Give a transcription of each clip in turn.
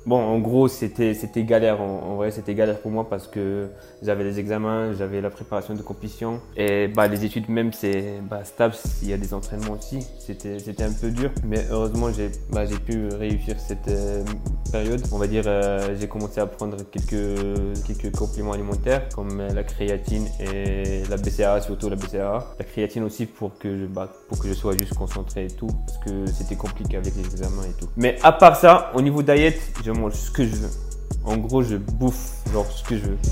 Bon, en gros, c'était galère. En vrai, c'était galère pour moi parce que j'avais les examens, j'avais la préparation de compétition. Et les études, même, c'est stable s'il y a des entraînements aussi. C'était un peu dur. Mais heureusement, j'ai pu réussir cette période. On va dire, j'ai commencé à prendre quelques compléments alimentaires comme la créatine et la BCAA, surtout la BCAA. La créatine aussi pour que je sois juste concentré et tout. Parce que c'était compliqué avec les examens et tout. Mais à part ça, au niveau diet, je mange ce que je veux. En gros, je bouffe genre ce que je veux.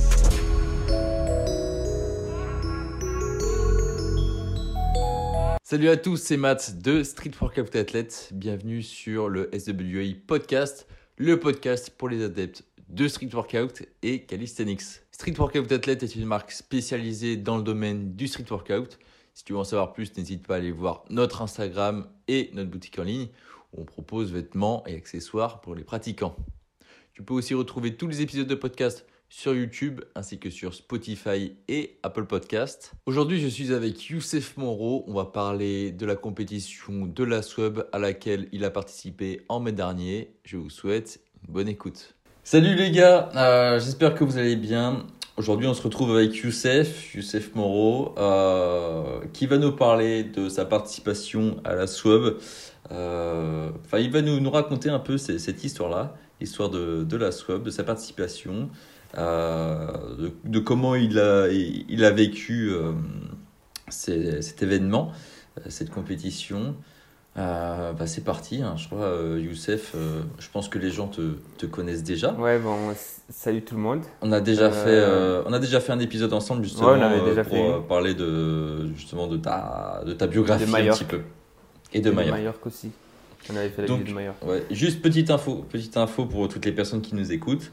Salut à tous, c'est Matt de Street Workout Athlete. Bienvenue sur le SWI Podcast, le podcast pour les adeptes de Street Workout et Calisthenics. Street Workout Athlete est une marque spécialisée dans le domaine du Street Workout. Si tu veux en savoir plus, n'hésite pas à aller voir notre Instagram et notre boutique en ligne où on propose vêtements et accessoires pour les pratiquants. Tu peux aussi retrouver tous les épisodes de podcast sur YouTube ainsi que sur Spotify et Apple Podcast. Aujourd'hui, je suis avec Youssef Moreau. On va parler de la compétition de la SWEB à laquelle il a participé en mai dernier. Je vous souhaite une bonne écoute. Salut les gars, j'espère que vous allez bien. Aujourd'hui, on se retrouve avec Youssef Moreau, qui va nous parler de sa participation à la SWEB. Il va nous raconter un peu cette histoire-là, l'histoire de la SWEB, de sa participation, de comment il a vécu cet événement, cette compétition. C'est parti, hein. Je crois, Youssef, je pense que les gens te connaissent déjà. Ouais, bon, salut tout le monde. On a déjà fait un épisode ensemble justement, Ouais, on avait déjà pour fait parler de ta biographie un petit peu. Et de de Majorque. Majorque aussi. On avait fait la Donc, vidéo de Majorque. ouais, juste petite info pour toutes les personnes qui nous écoutent.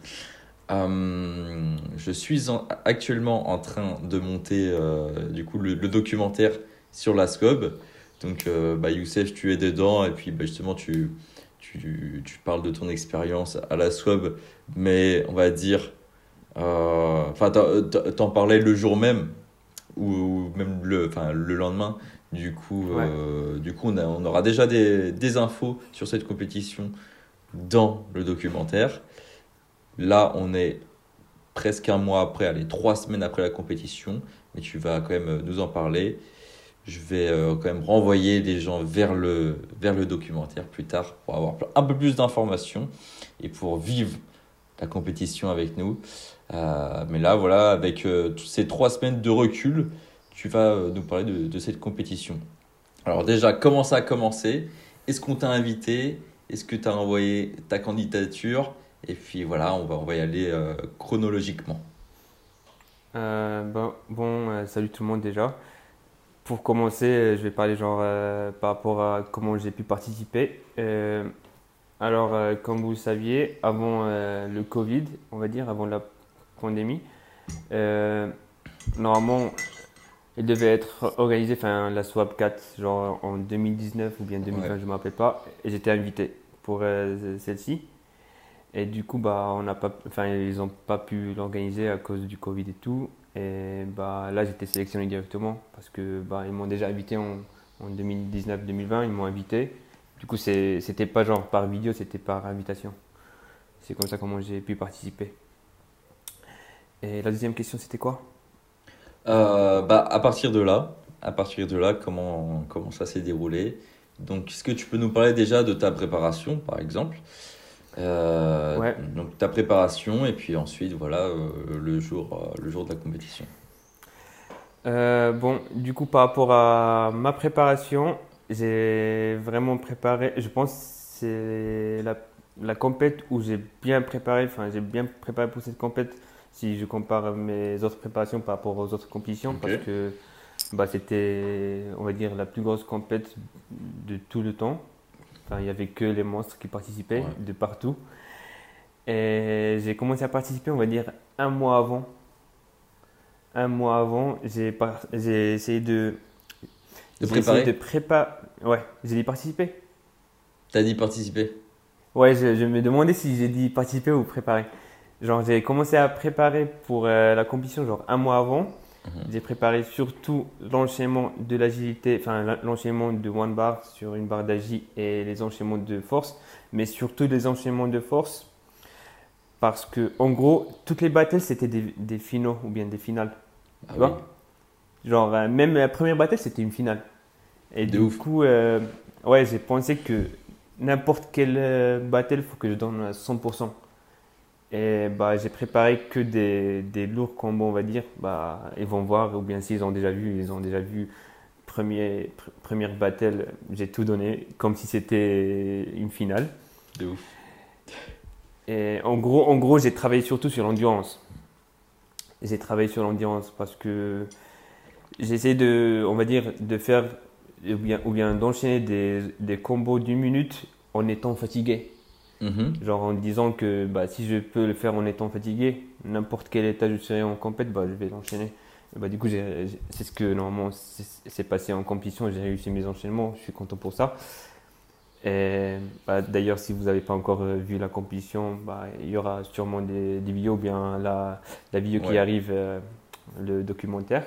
Je suis actuellement en train de monter du coup le documentaire sur la SCOB. Donc Youssef, tu es dedans et puis justement tu parles de ton expérience à la SWEB, mais on va dire, t'en parlais le jour même ou même le lendemain. Du coup, on aura déjà des infos sur cette compétition dans le documentaire. Là, on est presque un mois après, allez, 3 semaines après la compétition, mais tu vas quand même nous en parler. Je vais quand même renvoyer les gens vers le documentaire plus tard pour avoir un peu plus d'informations et pour vivre la compétition avec nous. Mais là, voilà, avec toutes ces 3 semaines de recul, tu vas nous parler de cette compétition. Alors déjà, comment ça a commencé? Est-ce qu'on t'a invité? Est-ce que tu as envoyé ta candidature? Et puis voilà, on va y aller chronologiquement. Salut tout le monde déjà. Pour commencer, je vais parler par rapport à comment j'ai pu participer. Comme vous le saviez, avant le Covid, on va dire, avant la pandémie, normalement, il devait être organisé, la SWAP 4, genre en 2019 ou bien 2020, Ouais. je ne me rappelle pas. Et j'étais invité pour celle-ci. Et du coup, ils n'ont pas pu l'organiser à cause du Covid et tout. Et là, j'étais sélectionné directement parce que ils m'ont déjà invité en 2019-2020, ils m'ont invité. Du coup, c'était pas genre par vidéo, c'était par invitation. C'est comme ça comment j'ai pu participer. Et la deuxième question, c'était quoi? À partir de là, comment ça s'est déroulé? Donc, est-ce que tu peux nous parler déjà de ta préparation, par exemple? Ouais. Donc, ta préparation et puis ensuite, voilà, le jour de la compétition. Du coup, par rapport à ma préparation, j'ai vraiment préparé. Je pense que c'est la compète où j'ai bien préparé pour cette compète si je compare mes autres préparations par rapport aux autres compétitions Ok. parce que c'était, on va dire, la plus grosse compète de tout le temps. Il n'y avait que les monstres qui participaient Ouais. de partout. Et j'ai commencé à participer, on va dire, un mois avant. Un mois avant, j'ai essayé De j'ai essayé de préparer? préparer. Ouais, j'ai dit participer. T'as dit participer? Ouais, je me demandais si j'ai dit participer ou préparer. Genre, j'ai commencé à préparer pour la compétition, genre un mois avant. Mhm. J'ai préparé surtout l'enchaînement de l'agilité, l'enchaînement de one bar sur une barre d'agi et les enchaînements de force, mais surtout les enchaînements de force. Parce que, en gros, toutes les battles, c'était des finaux ou bien des finales. Ah Tu oui. vois? Genre, même la première battle, c'était une finale. Et De du ouf. coup, ouais, j'ai pensé que n'importe quelle battle, il faut que je donne à 100%. Et bah, j'ai préparé que des lourds combos, on va dire. Bah, ils vont voir, ou bien s'ils ont déjà vu, ils ont déjà vu. Première battle, j'ai tout donné, comme si c'était une finale. De ouf. Et en gros, j'ai travaillé surtout sur l'endurance. J'ai travaillé sur l'endurance parce que j'essaie de, on va dire, de faire ou bien d'enchaîner des combos d'une minute en étant fatigué. Mhm. Genre en disant que bah, si je peux le faire en étant fatigué, n'importe quel état je serai en compète, bah, je vais l'enchaîner. Et bah, du coup, c'est ce que normalement s'est passé en compétition. J'ai réussi mes enchaînements, je suis content pour ça. Et bah, d'ailleurs, si vous n'avez pas encore vu la compétition, bah, il y aura sûrement des vidéos, ou bien la vidéo qui Ouais. arrive, le documentaire.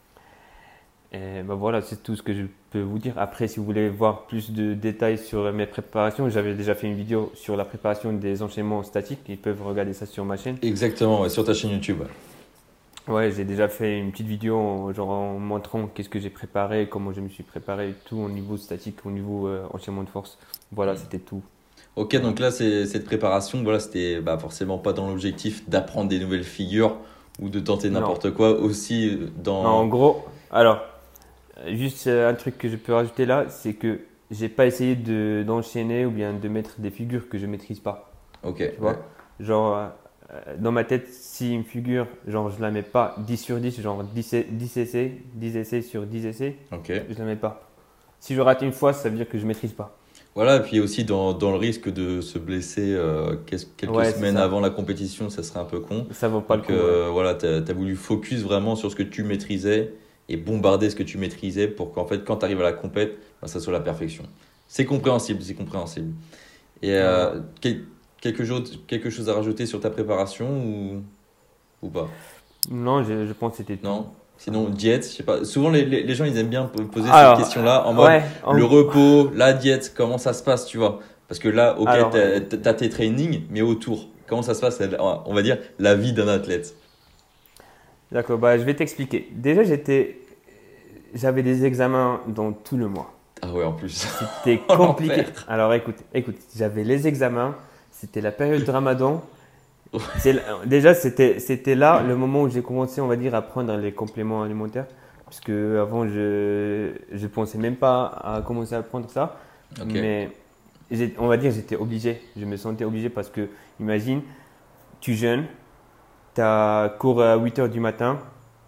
Et bah voilà, c'est tout ce que je peux vous dire. Après, si vous voulez voir plus de détails sur mes préparations, j'avais déjà fait une vidéo sur la préparation des enchaînements statiques. Ils peuvent regarder ça sur ma chaîne. Exactement, ouais, sur ta chaîne YouTube. Ouais. Ouais, j'ai déjà fait une petite vidéo genre en montrant qu'est-ce que j'ai préparé, comment je me suis préparé, tout au niveau statique, au niveau enchaînement de force. Voilà, c'était tout. Ok, donc là, cette préparation, voilà, c'était bah, forcément pas dans l'objectif d'apprendre des nouvelles figures ou de tenter Non, n'importe quoi, aussi non, en dans... gros, alors, juste un truc que je peux rajouter là, c'est que j'ai pas essayé d'enchaîner ou bien de mettre des figures que je maîtrise pas. Ok, Tu ouais. vois? Genre, dans ma tête, si une figure, genre, je la mets pas 10 sur 10, genre 10 essais, 10 essais sur 10 essais, Ok. je la mets pas. Si je rate une fois, ça veut dire que je maîtrise pas. Voilà, et puis aussi dans le risque de se blesser quelques Ouais, c'est semaines ça. avant la compétition, ça serait un peu con. Ça vaut pas le Donc coup, ouais. voilà, tu as voulu focus vraiment sur ce que tu maîtrisais et bombarder ce que tu maîtrisais pour qu'en fait, quand tu arrives à la compète, bah, ça soit la perfection. C'est compréhensible, c'est compréhensible. Et Voilà. quelque chose à rajouter sur ta préparation ou pas? Non, je pense que c'était tout. Non? Sinon, diète, je sais pas. Souvent, les gens, ils aiment bien poser cette Alors, question-là en mode ouais, le repos, la diète, comment ça se passe, tu vois? Parce que là, ok, alors, t'as tes trainings, mais autour, comment ça se passe, on va dire, la vie d'un athlète? d'accord, bah, je vais t'expliquer. Déjà, j'avais des examens dans tout le mois. Ah ouais, en plus. C'était Oh, compliqué. l'enfer. Alors, écoute, j'avais les examens, c'était la période de Ramadan. Déjà, c'était là le moment où j'ai commencé, on va dire, à prendre les compléments alimentaires. Parce que avant, je pensais même pas à commencer à prendre ça. Ok. Mais on va dire, j'étais obligé. Je me sentais obligé parce que, imagine, tu jeûnes, tu as cours à 8 heures du matin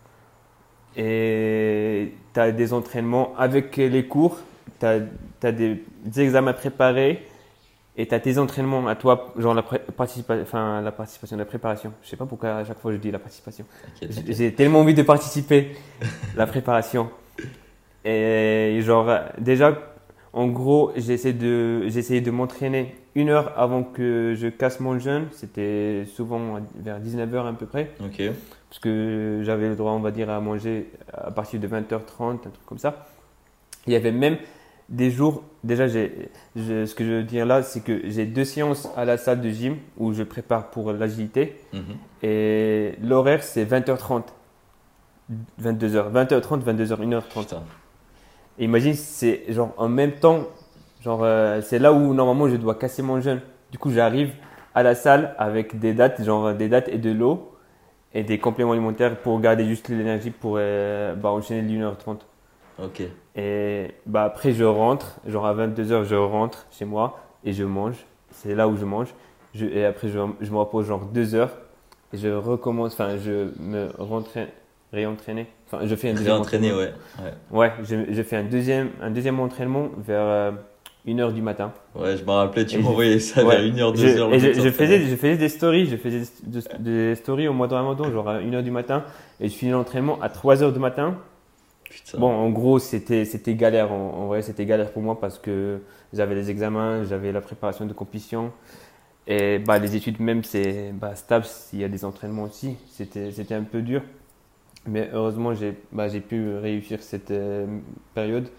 et tu as des entraînements avec les cours, tu as des examens préparés et tu as tes entraînements à toi, genre la participation, la préparation. Je sais pas pourquoi à chaque fois je dis la participation. T'inquiète, t'inquiète. J'ai tellement envie de participer, la préparation. Et genre, déjà, en gros, j'essayais de m'entraîner 1 heure avant que je casse mon jeûne. C'était souvent vers 19 heures à peu près. Ok. Parce que j'avais le droit, on va dire, à manger à partir de 20h30, un truc comme ça. Il y avait même des jours, déjà, ce que je veux dire là, c'est que j'ai 2 séances à la salle de gym où je prépare pour l'agilité. Mhm. Et l'horaire, c'est 20h30, 22h. 20h30, 22h, 1h30. Putain. Et imagine, c'est genre en même temps, genre c'est là où normalement je dois casser mon jeûne. Du coup, j'arrive à la salle avec des dates, genre des dates et de l'eau et des compléments alimentaires pour garder juste l'énergie pour bah, enchaîner l'1h30. Ok. Et bah, après, je rentre, genre à 22h, je rentre chez moi et je mange. C'est là où je mange. Et après, je me repose genre 2 heures et je recommence, enfin, je me réentraîner. Enfin, je fais un deuxième Réentraîner, entraînement. ouais. Ouais. Ouais, je fais un deuxième entraînement vers 1h du matin. Ouais, je me rappelais, tu Et m'envoyais ça vers ouais, 1h, 2h le temps de s'entraîner. je faisais des stories, des stories au mois de Ramadan, genre à 1h du matin, et je finis l'entraînement à 3h du matin. Putain. Bon, en gros, c'était galère. En vrai, c'était galère pour moi parce que j'avais les examens, j'avais la préparation de compétition. Et bah, les études, même, c'est bah, stable s'il y a des entraînements aussi. C'était un peu dur. Mais heureusement, j'ai pu réussir cette période.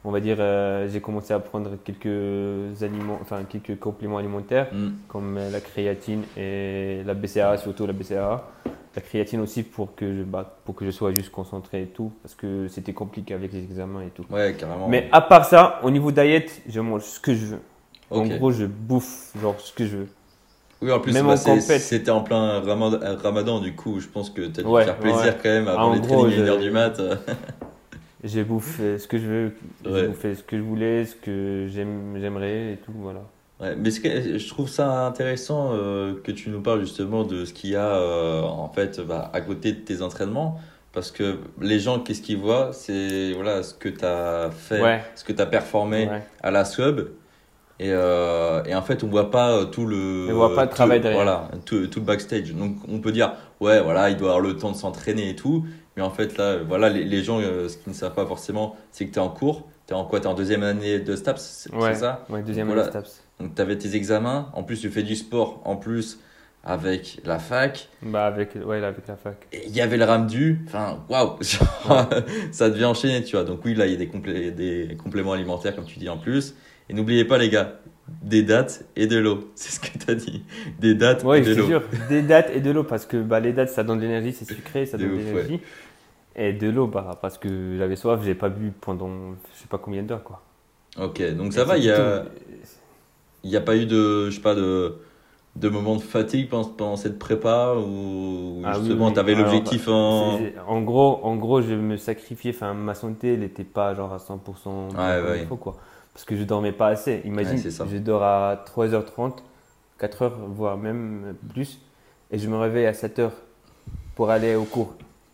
on va dire, j'ai commencé à prendre quelques compléments alimentaires, comme la créatine et la BCAA, surtout la BCAA. La créatine aussi pour que je sois juste concentré et tout, parce que c'était compliqué avec les examens et tout. Ouais, carrément. Mais à part ça, au niveau diet, je mange ce que je veux. En Ok. gros, je bouffe genre ce que je veux. Oui, en plus, Même bah, en compète. c'était en plein ramadan, du coup, je pense que tu as dû te Ouais, faire plaisir ouais. quand même avant En les gros, trainings à 1h du mat. je bouffe ce que je veux, Ouais. je bouffais ce que je voulais, ce que j'aimerais et tout, voilà. Ouais, mais je trouve ça intéressant que tu nous parles justement de ce qu'il y a en fait à côté de tes entraînements. Parce que les gens, qu'est-ce qu'ils voient? C'est voilà, ce que tu as fait, Ouais, ce que tu as performé ouais. à la sub. Et en fait, on voit pas tout On voit pas le travail derrière. voilà, tout le backstage. Donc, on peut dire, ouais, voilà, il doit avoir le temps de s'entraîner et tout. Mais en fait, là, voilà, les gens, ce qu'ils ne savent pas forcément, c'est que tu es en cours. Tu es en quoi? Tu es en deuxième année de STAPS, c'est ça? Ouais, deuxième Donc, année voilà. STAPS. Donc, tu avais tes examens. En plus, tu fais du sport. En plus, avec la fac. Bah, avec la fac. Et il y avait le RAMDU. Enfin, waouh! Ça devient enchaîner, tu vois. Donc, oui, là, il y a des compléments alimentaires, comme tu dis en plus. Et n'oubliez pas, les gars, des dattes et de l'eau. C'est ce que tu as dit. Des dattes Oui, et de je te l'eau. jure, des dates et de l'eau, parce que les dates, ça donne de l'énergie, c'est sucré, ça De donne de ouf, l'énergie. Et de l'eau, parce que j'avais soif, j'ai pas bu pendant je sais pas combien d'heures, quoi. Ok, donc Et ça va, c'était tout. il y a pas eu de, je sais pas, de moment de fatigue pendant cette prépa où Ah oui, justement oui. tu avais Alors, l'objectif en. en gros, je me sacrifiais, enfin, ma santé, elle n'était pas genre à 100% bien Ouais, comme il ouais. faut, quoi. Parce que je dormais pas assez. Imagine, Ouais, c'est ça. je dors à 3h30, 4h, voire même plus, et je me réveille à 7h pour aller au cours.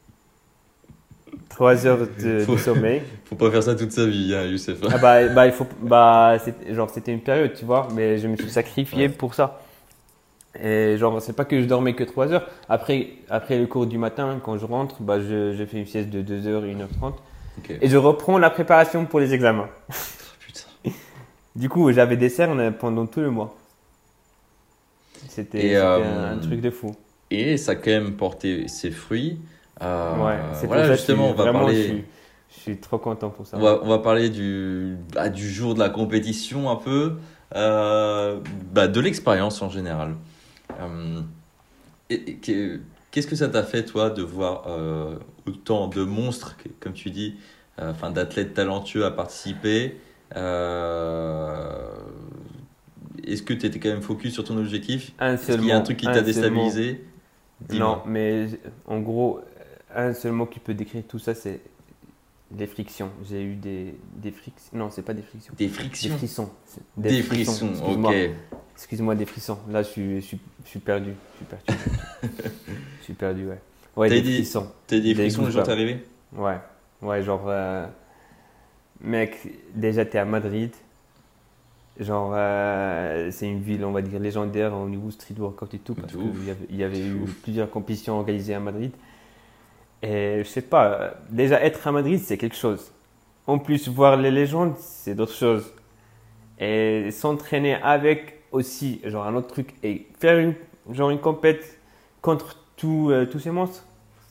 3 heures Faut- de sommeil. Faut pas faire ça toute sa vie, hein, Youssef. Ah il faut, c'était une période, tu vois, mais je me suis sacrifié Ouais. pour ça. Et genre, c'est pas que je dormais que 3 heures. Après le cours du matin, quand je rentre, je fais une sieste de 2 heures, 1h30. Ok. Et je reprends la préparation pour les examens. Putain. Du coup, j'avais des cernes pendant tout le mois. C'était Et, un truc de fou. Et ça a quand même porté ses fruits. Ouais, c'est Voilà, pour ça que justement, on va parler. je suis trop content pour ça. On va parler du jour de la compétition un peu, de l'expérience en général. Euh, Qu'est-ce que ça t'a fait, toi, de voir autant de monstres, comme tu dis, enfin d'athlètes talentueux à participer Est-ce que tu étais quand même focus sur ton objectif? Un Est-ce seul qu'il y a un mot, truc qui un t'a seul mot. déstabilisé? Dis-moi. Non, mais en gros, un seul mot qui peut décrire tout ça, c'est les frictions. J'ai eu des frictions. Non, c'est pas des frictions. Des Des frictions? frissons. Des frissons, Excuse-moi. ok. Excuse-moi, des frissons. Là, je suis perdu. Je suis perdu. Je suis perdu, ouais. Ouais, T'as des dit- frissons. T'as des Des frissons le jour où t'es goosebumps. arrivé? Ouais. Ouais, genre, mec, déjà, t'es à Madrid. Genre, c'est une ville, on va dire, légendaire au niveau street workout et tout, parce De ouf. qu'il y avait De eu ouf. plusieurs compétitions organisées à Madrid. Et je sais pas, déjà être à Madrid, c'est quelque chose. En plus, voir les légendes, c'est d'autres choses. Et s'entraîner avec aussi, genre un autre truc, et faire une compète contre tous ces monstres.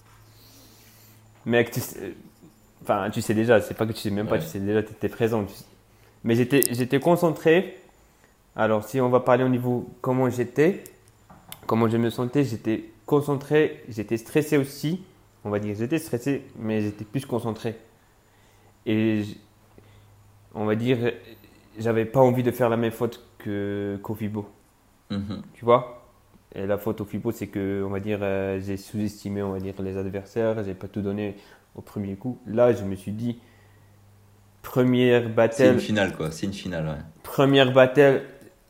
Mec, tu sais déjà, c'est pas que tu sais même pas, Ouais. tu sais déjà, tu étais présent. Mais j'étais concentré. Alors, si on va parler au niveau comment comment je me sentais, j'étais concentré, j'étais stressé aussi. On va dire, j'étais stressé, mais j'étais plus concentré. Et on va dire, j'avais pas envie de faire la même faute qu'au FIBO, Mhm. tu vois. Et la faute au FIBO, c'est que, on va dire, j'ai sous-estimé, on va dire, les adversaires, j'ai pas tout donné au premier coup. Là, je me suis dit, première C'est une battle, finale, quoi. C'est une finale, ouais. première battle,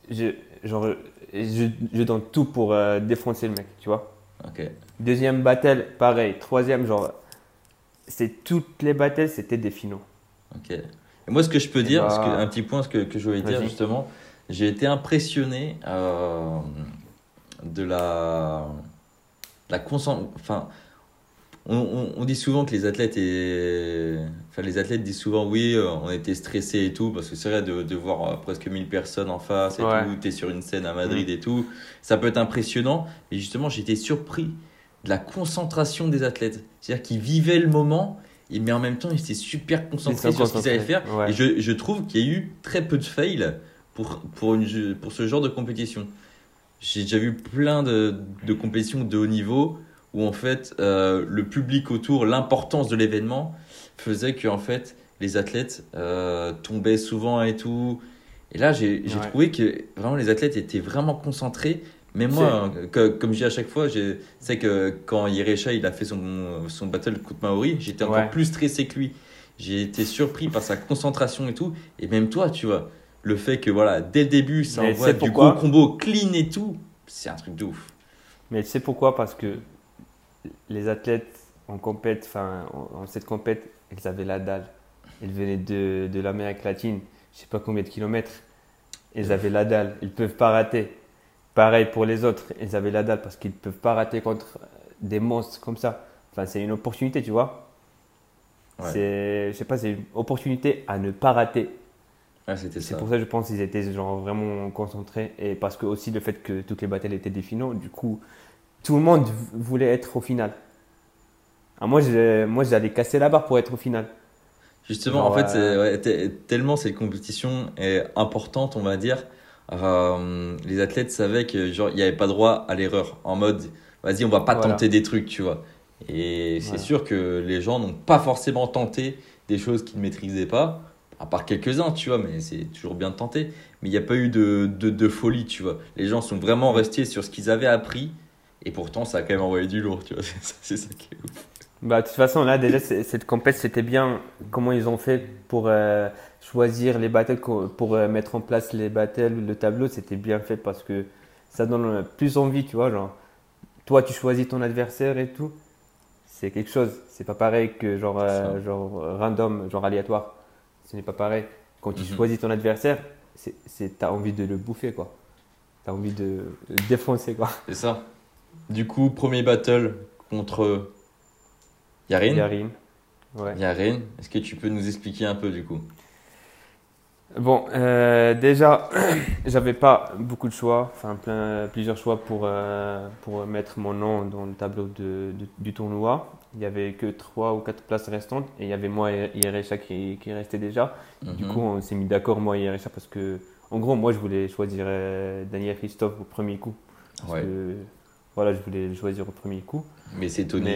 je donne tout pour défoncer le mec, tu vois. Ok. Deuxième battle, pareil. Troisième, genre, toutes les battles, c'était des finaux. Ok. Et moi, ce que je peux dire, bah, un petit point, ce que je voulais dire vas-y. justement, j'ai été impressionné de la concentration. Enfin, on dit souvent que les athlètes les athlètes disent souvent oui, on était stressés et tout, parce que c'est vrai de voir presque 1000 personnes en face et Ouais. tout, t'es sur une scène à Madrid et tout, ça peut être impressionnant. Et justement, j'étais surpris de la concentration des athlètes. C'est-à-dire qu'ils vivaient le moment. mais en même temps, ils étaient super concentrés Ils sont sur ce qu'ils allaient faire. Ouais. Et je trouve qu'il y a eu très peu de fails pour ce genre de compétition. J'ai déjà vu plein de compétitions de haut niveau où en fait le public autour, l'importance de l'événement faisait que en fait les athlètes tombaient souvent et tout. Et là, j'ai trouvé que vraiment les athlètes étaient vraiment concentrés. Mais moi, comme je dis à chaque fois, c'est que quand Yerecha il a fait son battle contre Maori, j'étais encore plus stressé que lui. J'ai été surpris par sa concentration et tout. Et même toi, tu vois, le fait que voilà, dès le début, ça envoie du gros combo clean et tout, c'est un truc de ouf. Mais tu sais pourquoi? Parce que les athlètes en cette compète, ils avaient la dalle. Ils venaient de l'Amérique latine, je sais pas combien de kilomètres. Ils avaient la dalle, ils peuvent pas rater. Pareil pour les autres, ils avaient la dalle parce qu'ils peuvent pas rater contre des monstres comme ça. Enfin, c'est une opportunité, tu vois. Je sais pas, c'est une opportunité à ne pas rater. C'est pour ça que je pense qu'ils étaient genre vraiment concentrés. Et parce que aussi le fait que toutes les batailles étaient des finaux, du coup, tout le monde voulait être au final. Moi, j'allais casser la barre pour être au final. Justement, genre, en fait, tellement cette compétition est importante, on va dire. Les athlètes savaient que genre il n'y avait pas droit à l'erreur. En mode, vas-y, on va pas tenter des trucs, tu vois. Et c'est sûr que les gens n'ont pas forcément tenté des choses qu'ils ne maîtrisaient pas. À part quelques-uns, tu vois, mais c'est toujours bien de tenter. Mais il n'y a pas eu de folie, tu vois. Les gens sont vraiment restés sur ce qu'ils avaient appris. Et pourtant, ça a quand même envoyé du lourd, tu vois. C'est ça qui est ouf. Bah, de toute façon, là, déjà, cette compète, c'était bien comment ils ont fait pour choisir les battles, pour mettre en place les battles, le tableau. C'était bien fait parce que ça donne plus envie, tu vois. Genre, toi, tu choisis ton adversaire et tout. C'est quelque chose. C'est pas pareil que genre random, genre aléatoire. Ce n'est pas pareil. Quand tu choisis ton adversaire, t'as envie de le bouffer, quoi. T'as envie de le défoncer, quoi. C'est ça. Du coup, premier battle contre Yarin. Ouais. Yarin, est-ce que tu peux nous expliquer un peu du coup? Bon, déjà, j'avais pas beaucoup de choix, enfin plusieurs choix pour mettre mon nom dans le tableau du tournoi. Il y avait que 3 ou 4 places restantes et il y avait moi et Yerecha qui restait déjà. Du coup, on s'est mis d'accord, moi et Yerecha, parce que, en gros, moi je voulais choisir Daniel Christophe au premier coup. Parce que, voilà, je voulais le choisir au premier coup. Mais c'est Tony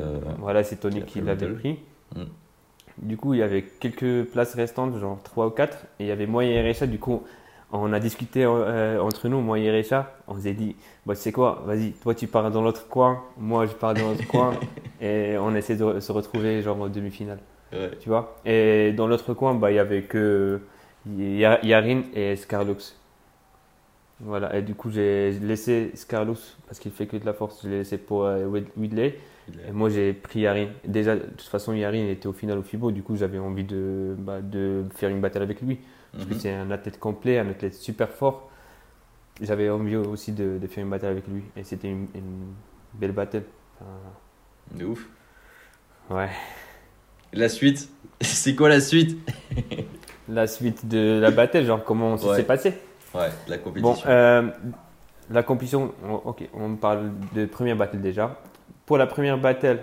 qui l'avait pris. Du coup, il y avait quelques places restantes, genre 3 ou 4. Et il y avait moi et Yerecha. Du coup, on a discuté entre nous, moi et Yerecha. On s'est dit, bah, tu sais quoi, vas-y, toi tu pars dans l'autre coin, moi je pars dans l'autre coin. Et on essaie de se retrouver genre en demi-finale. Ouais. Tu vois. Et dans l'autre coin, bah, il y avait que Yarin et Scarlux. Voilà, et du coup, j'ai laissé Scarlux parce qu'il fait que de la force. Je l'ai laissé pour Whitley. Et moi, j'ai pris Yarin. Déjà, de toute façon, Yarin était au final au FIBO. Du coup, j'avais envie de faire une bataille avec lui. Parce que c'est un athlète complet, un athlète super fort. J'avais envie aussi de faire une bataille avec lui. Et c'était une belle bataille. De ouf. Ouais. La suite, c'est quoi la suite? La suite de la bataille, genre comment ça s'est passé? Ouais, la compétition. Bon, la compétition, ok, on parle de première battle déjà. Pour la première battle,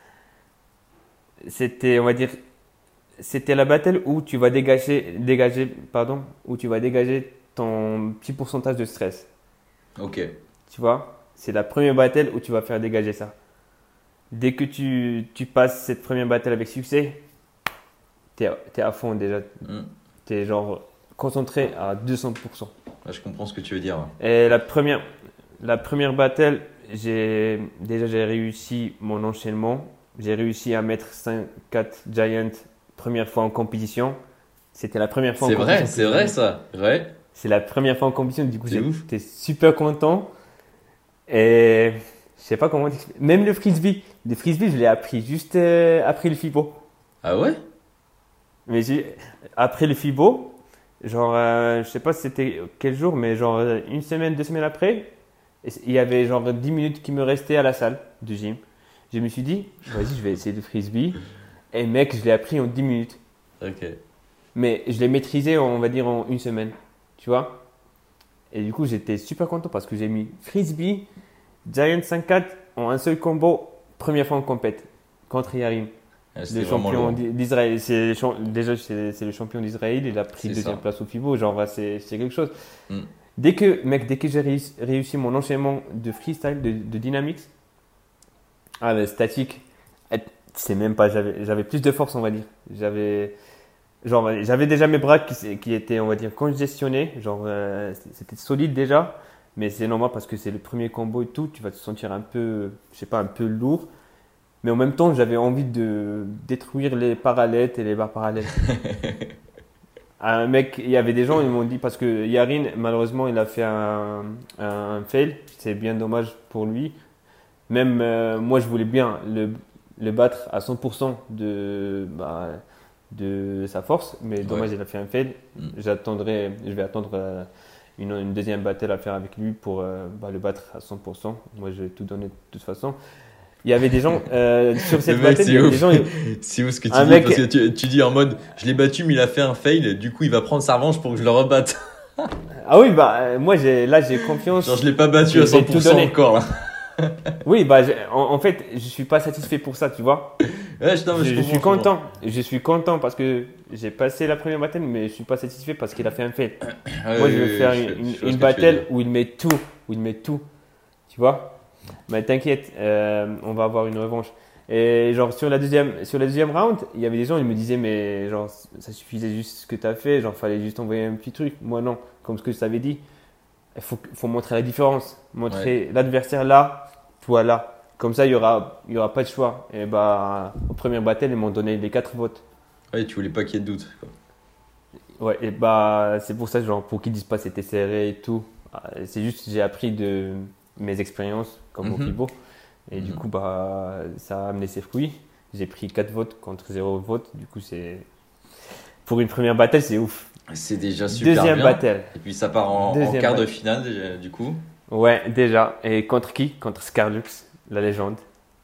c'était, on va dire, c'était la battle où tu vas dégager ton petit pourcentage de stress. Ok. Tu vois, c'est la première battle où tu vas faire dégager ça. Dès que tu passes cette première battle avec succès, t'es à fond déjà. T'es genre concentré à 200%. Là, je comprends ce que tu veux dire. Et la première battle, j'ai réussi mon enchaînement. J'ai réussi à mettre 5-4 Giants première fois en compétition. C'était la première fois en compétition. C'est vrai ça. Ouais. C'est la première fois en compétition. Du coup, j'étais super content. Et je sais pas comment t'expliquer. Même le frisbee. Le frisbee, je l'ai appris juste après le FIBO. Ah ouais? Mais après le FIBO, genre, je sais pas c'était quel jour, mais genre une semaine, 2 semaines après, il y avait genre 10 minutes qui me restaient à la salle du gym. Je me suis dit, vas-y, je vais essayer le frisbee. Et mec, je l'ai appris en 10 minutes. Ok. Mais je l'ai maîtrisé, on va dire, en une semaine. Tu vois? Et du coup, j'étais super content parce que j'ai mis frisbee, Giant 5-4 en un seul combo, première fois en compète, contre Yarim. C'était Le vraiment champion lourd. d'Israël. Déjà, c'est le champion d'Israël. Il a pris C'est deuxième ça. place au FIBO. Genre, c'est quelque chose. Mm. Dès que j'ai réussi mon enchaînement de freestyle, de dynamics, le statique, eh, c'est même pas. J'avais plus de force, on va dire. J'avais déjà mes bras qui étaient, on va dire, congestionnés. Genre, c'était solide déjà. Mais c'est normal parce que c'est le premier combo et tout. Tu vas te sentir un peu, je sais pas, un peu lourd. Mais en même temps, j'avais envie de détruire les parallèles et les barres parallèles. Un mec, il y avait des gens, ils m'ont dit, parce que Yarin, malheureusement, il a fait un fail. C'est bien dommage pour lui. Même moi, je voulais bien le battre à 100% de sa force. Mais dommage, Ouais. il a fait un fail. Mm. Je vais attendre une deuxième battle à faire avec lui pour le battre à 100%. Moi, je vais tout donner de toute façon. Il y avait des gens sur Le cette mec, battle, il c'est y avait des ouf. gens. C'est ouf ce que tu Un dis mec, parce que tu dis en mode je l'ai battu mais il a fait un fail, du coup il va prendre sa revanche pour que je le rebatte. ah oui, moi j'ai confiance. Genre je l'ai pas battu à Je vais tout 100% donner. encore là. Oui, en fait, je suis pas satisfait pour ça, tu vois. Ouais, non, mais Je suis comprends. content. Je suis content parce que j'ai passé la première battle, mais je suis pas satisfait parce qu'il a fait un fail. Ouais, Moi, je veux ouais, faire je vois une ce que tu veux battle dire. où il met tout, tu vois. Mais t'inquiète, on va avoir une revanche. Et genre sur la deuxième round, il y avait des gens, ils me disaient mais genre ça suffisait juste ce que tu as fait, genre fallait juste envoyer un petit truc. Moi non, comme ce que je t'avais dit, faut montrer la différence, montrer l'adversaire là, toi là. Comme ça, il y aura pas de choix. Et bah au premier battle, ils m'ont donné les 4 votes. Ouais, tu voulais pas qu'il y ait de doute, quoi. Ouais, et bah c'est pour ça genre pour qu'ils disent pas c'était serré et tout. C'est juste j'ai appris de mes expériences comme au Mhm. FIBO. Et du coup, bah, ça a amené ses fruits. J'ai pris 4 votes contre 0 vote. Du coup, pour une première battle, c'est ouf. C'est déjà super Deuxième bien. battle. Et puis ça part en Deuxième quart de battle. finale déjà, du coup. Ouais, déjà. Et contre qui? Contre Scarlux, la légende.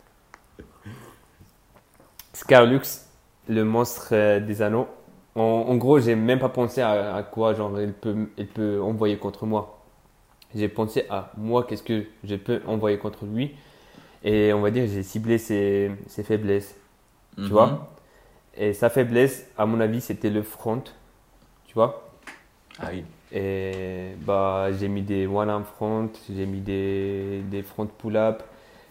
Scarlux, le monstre des anneaux. En gros, j'ai même pas pensé à quoi genre il peut envoyer contre moi. J'ai pensé à moi, qu'est-ce que je peux envoyer contre lui. Et on va dire, j'ai ciblé ses faiblesses. Tu Mhm. vois? Et sa faiblesse, à mon avis, c'était le front, tu vois. Ah oui. Et bah, j'ai mis des one-arm front, j'ai mis des front pull-up.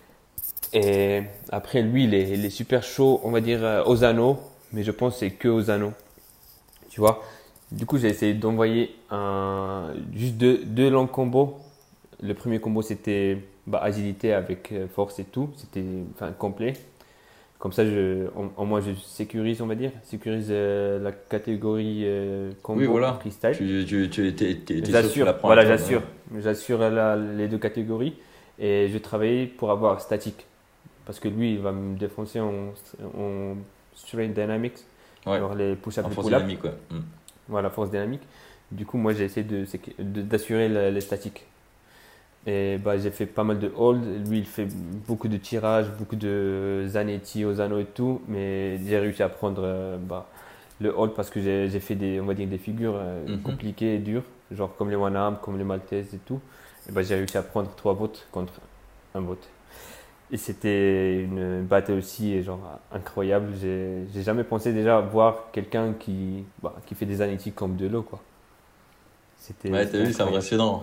Et après, lui, il est super chaud, on va dire, aux anneaux. Mais je pense que c'est que aux anneaux, tu vois. Du coup, j'ai essayé d'envoyer juste deux longs combos. Le premier combo, c'était agilité avec force et tout. C'était enfin, complet. Comme ça, au moins, je sécurise, on va dire, sécurise la catégorie Oui, combo voilà. freestyle. T'es sûr que tu J'assure, la prends voilà, à toi, j'assure. J'assure les deux catégories. Et je travaille pour avoir statique. Parce que lui, il va me défoncer en straight dynamics, Ouais. genre les push-up En et force pull-up. dynamique, ouais. Voilà, force dynamique. Du coup, moi, j'ai essayé d'assurer les statiques. Et bah, j'ai fait pas mal de hold. Lui, il fait beaucoup de tirages, beaucoup de zanetti aux anneaux et tout. Mais j'ai réussi à prendre le hold parce que j'ai fait on va dire des figures Mhm. compliquées et dures, genre comme les one arm, comme les maltaises et tout. Et bah, j'ai réussi à prendre 3 votes contre un vote. Et c'était une battle aussi genre incroyable. J'ai jamais pensé déjà voir quelqu'un qui fait des zanetti comme de l'eau, quoi. Ouais, t'as C'était vu, c'est incroyable. impressionnant.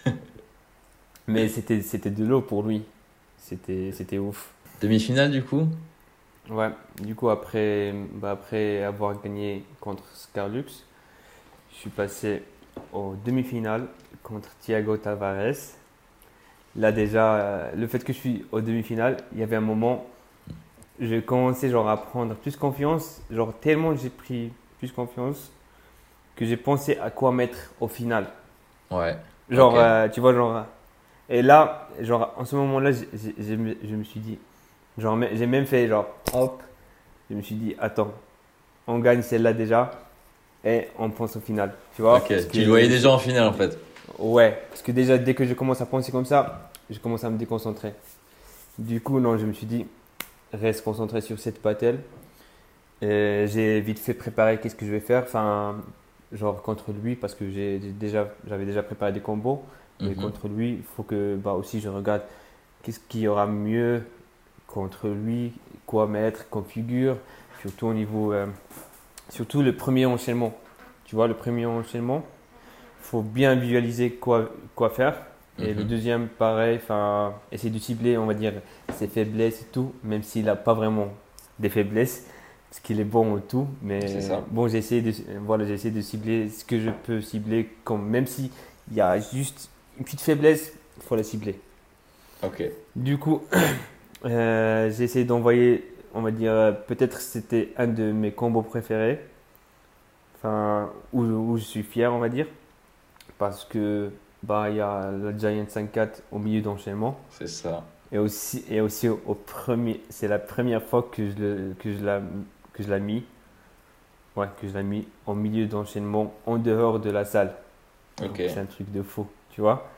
Mais c'était de l'eau pour lui. C'était ouf. Demi-finale, du coup. Ouais, du coup, après avoir gagné contre Scarlux, je suis passé aux demi-finales contre Thiago Tavares. Là, déjà, le fait que je suis aux demi-finales, il y avait un moment, j'ai commencé genre, à prendre plus confiance. Genre, tellement j'ai pris plus confiance que j'ai pensé à quoi mettre au final. Ouais. Genre, Ok. tu vois, genre. Et là, genre, en ce moment-là, je me suis dit, genre, j'ai même fait, genre, hop, je me suis dit, attends, on gagne celle-là déjà et on pense au final, tu vois. Ok. Parce Tu le que, voyais déjà en finale, en fait. ouais, parce que déjà, dès que je commence à penser comme ça, je commence à me déconcentrer. Du coup, non, je me suis dit, reste concentré sur cette battle. J'ai vite fait préparer qu'est-ce que je vais faire, enfin, genre contre lui, parce que j'avais déjà préparé des combos. Mais Mhm. contre lui, il faut que aussi je regarde qu'est-ce qu'il y aura mieux contre lui, quoi mettre comme figure. surtout au niveau, surtout le premier enchaînement. Tu vois, le premier enchaînement, il faut bien visualiser quoi faire. Et le deuxième, pareil, essayer de cibler, on va dire, ses faiblesses et tout, même s'il n'a pas vraiment des faiblesses, parce qu'il est bon au tout. Mais bon, j'ai essayé de cibler ce que je peux cibler, même s'il y a juste une petite faiblesse, il faut la cibler. Ok. Du coup, j'ai essayé d'envoyer, on va dire, peut-être c'était un de mes combos préférés, où je suis fier, on va dire, parce que il y a la Giant 5-4 au milieu d'enchaînement. C'est ça. Et aussi au premier, c'est la première fois que je l'ai mis. Ouais, que je l'ai mis en milieu d'enchaînement, en dehors de la salle. Ok. C'est un truc de fou, tu vois.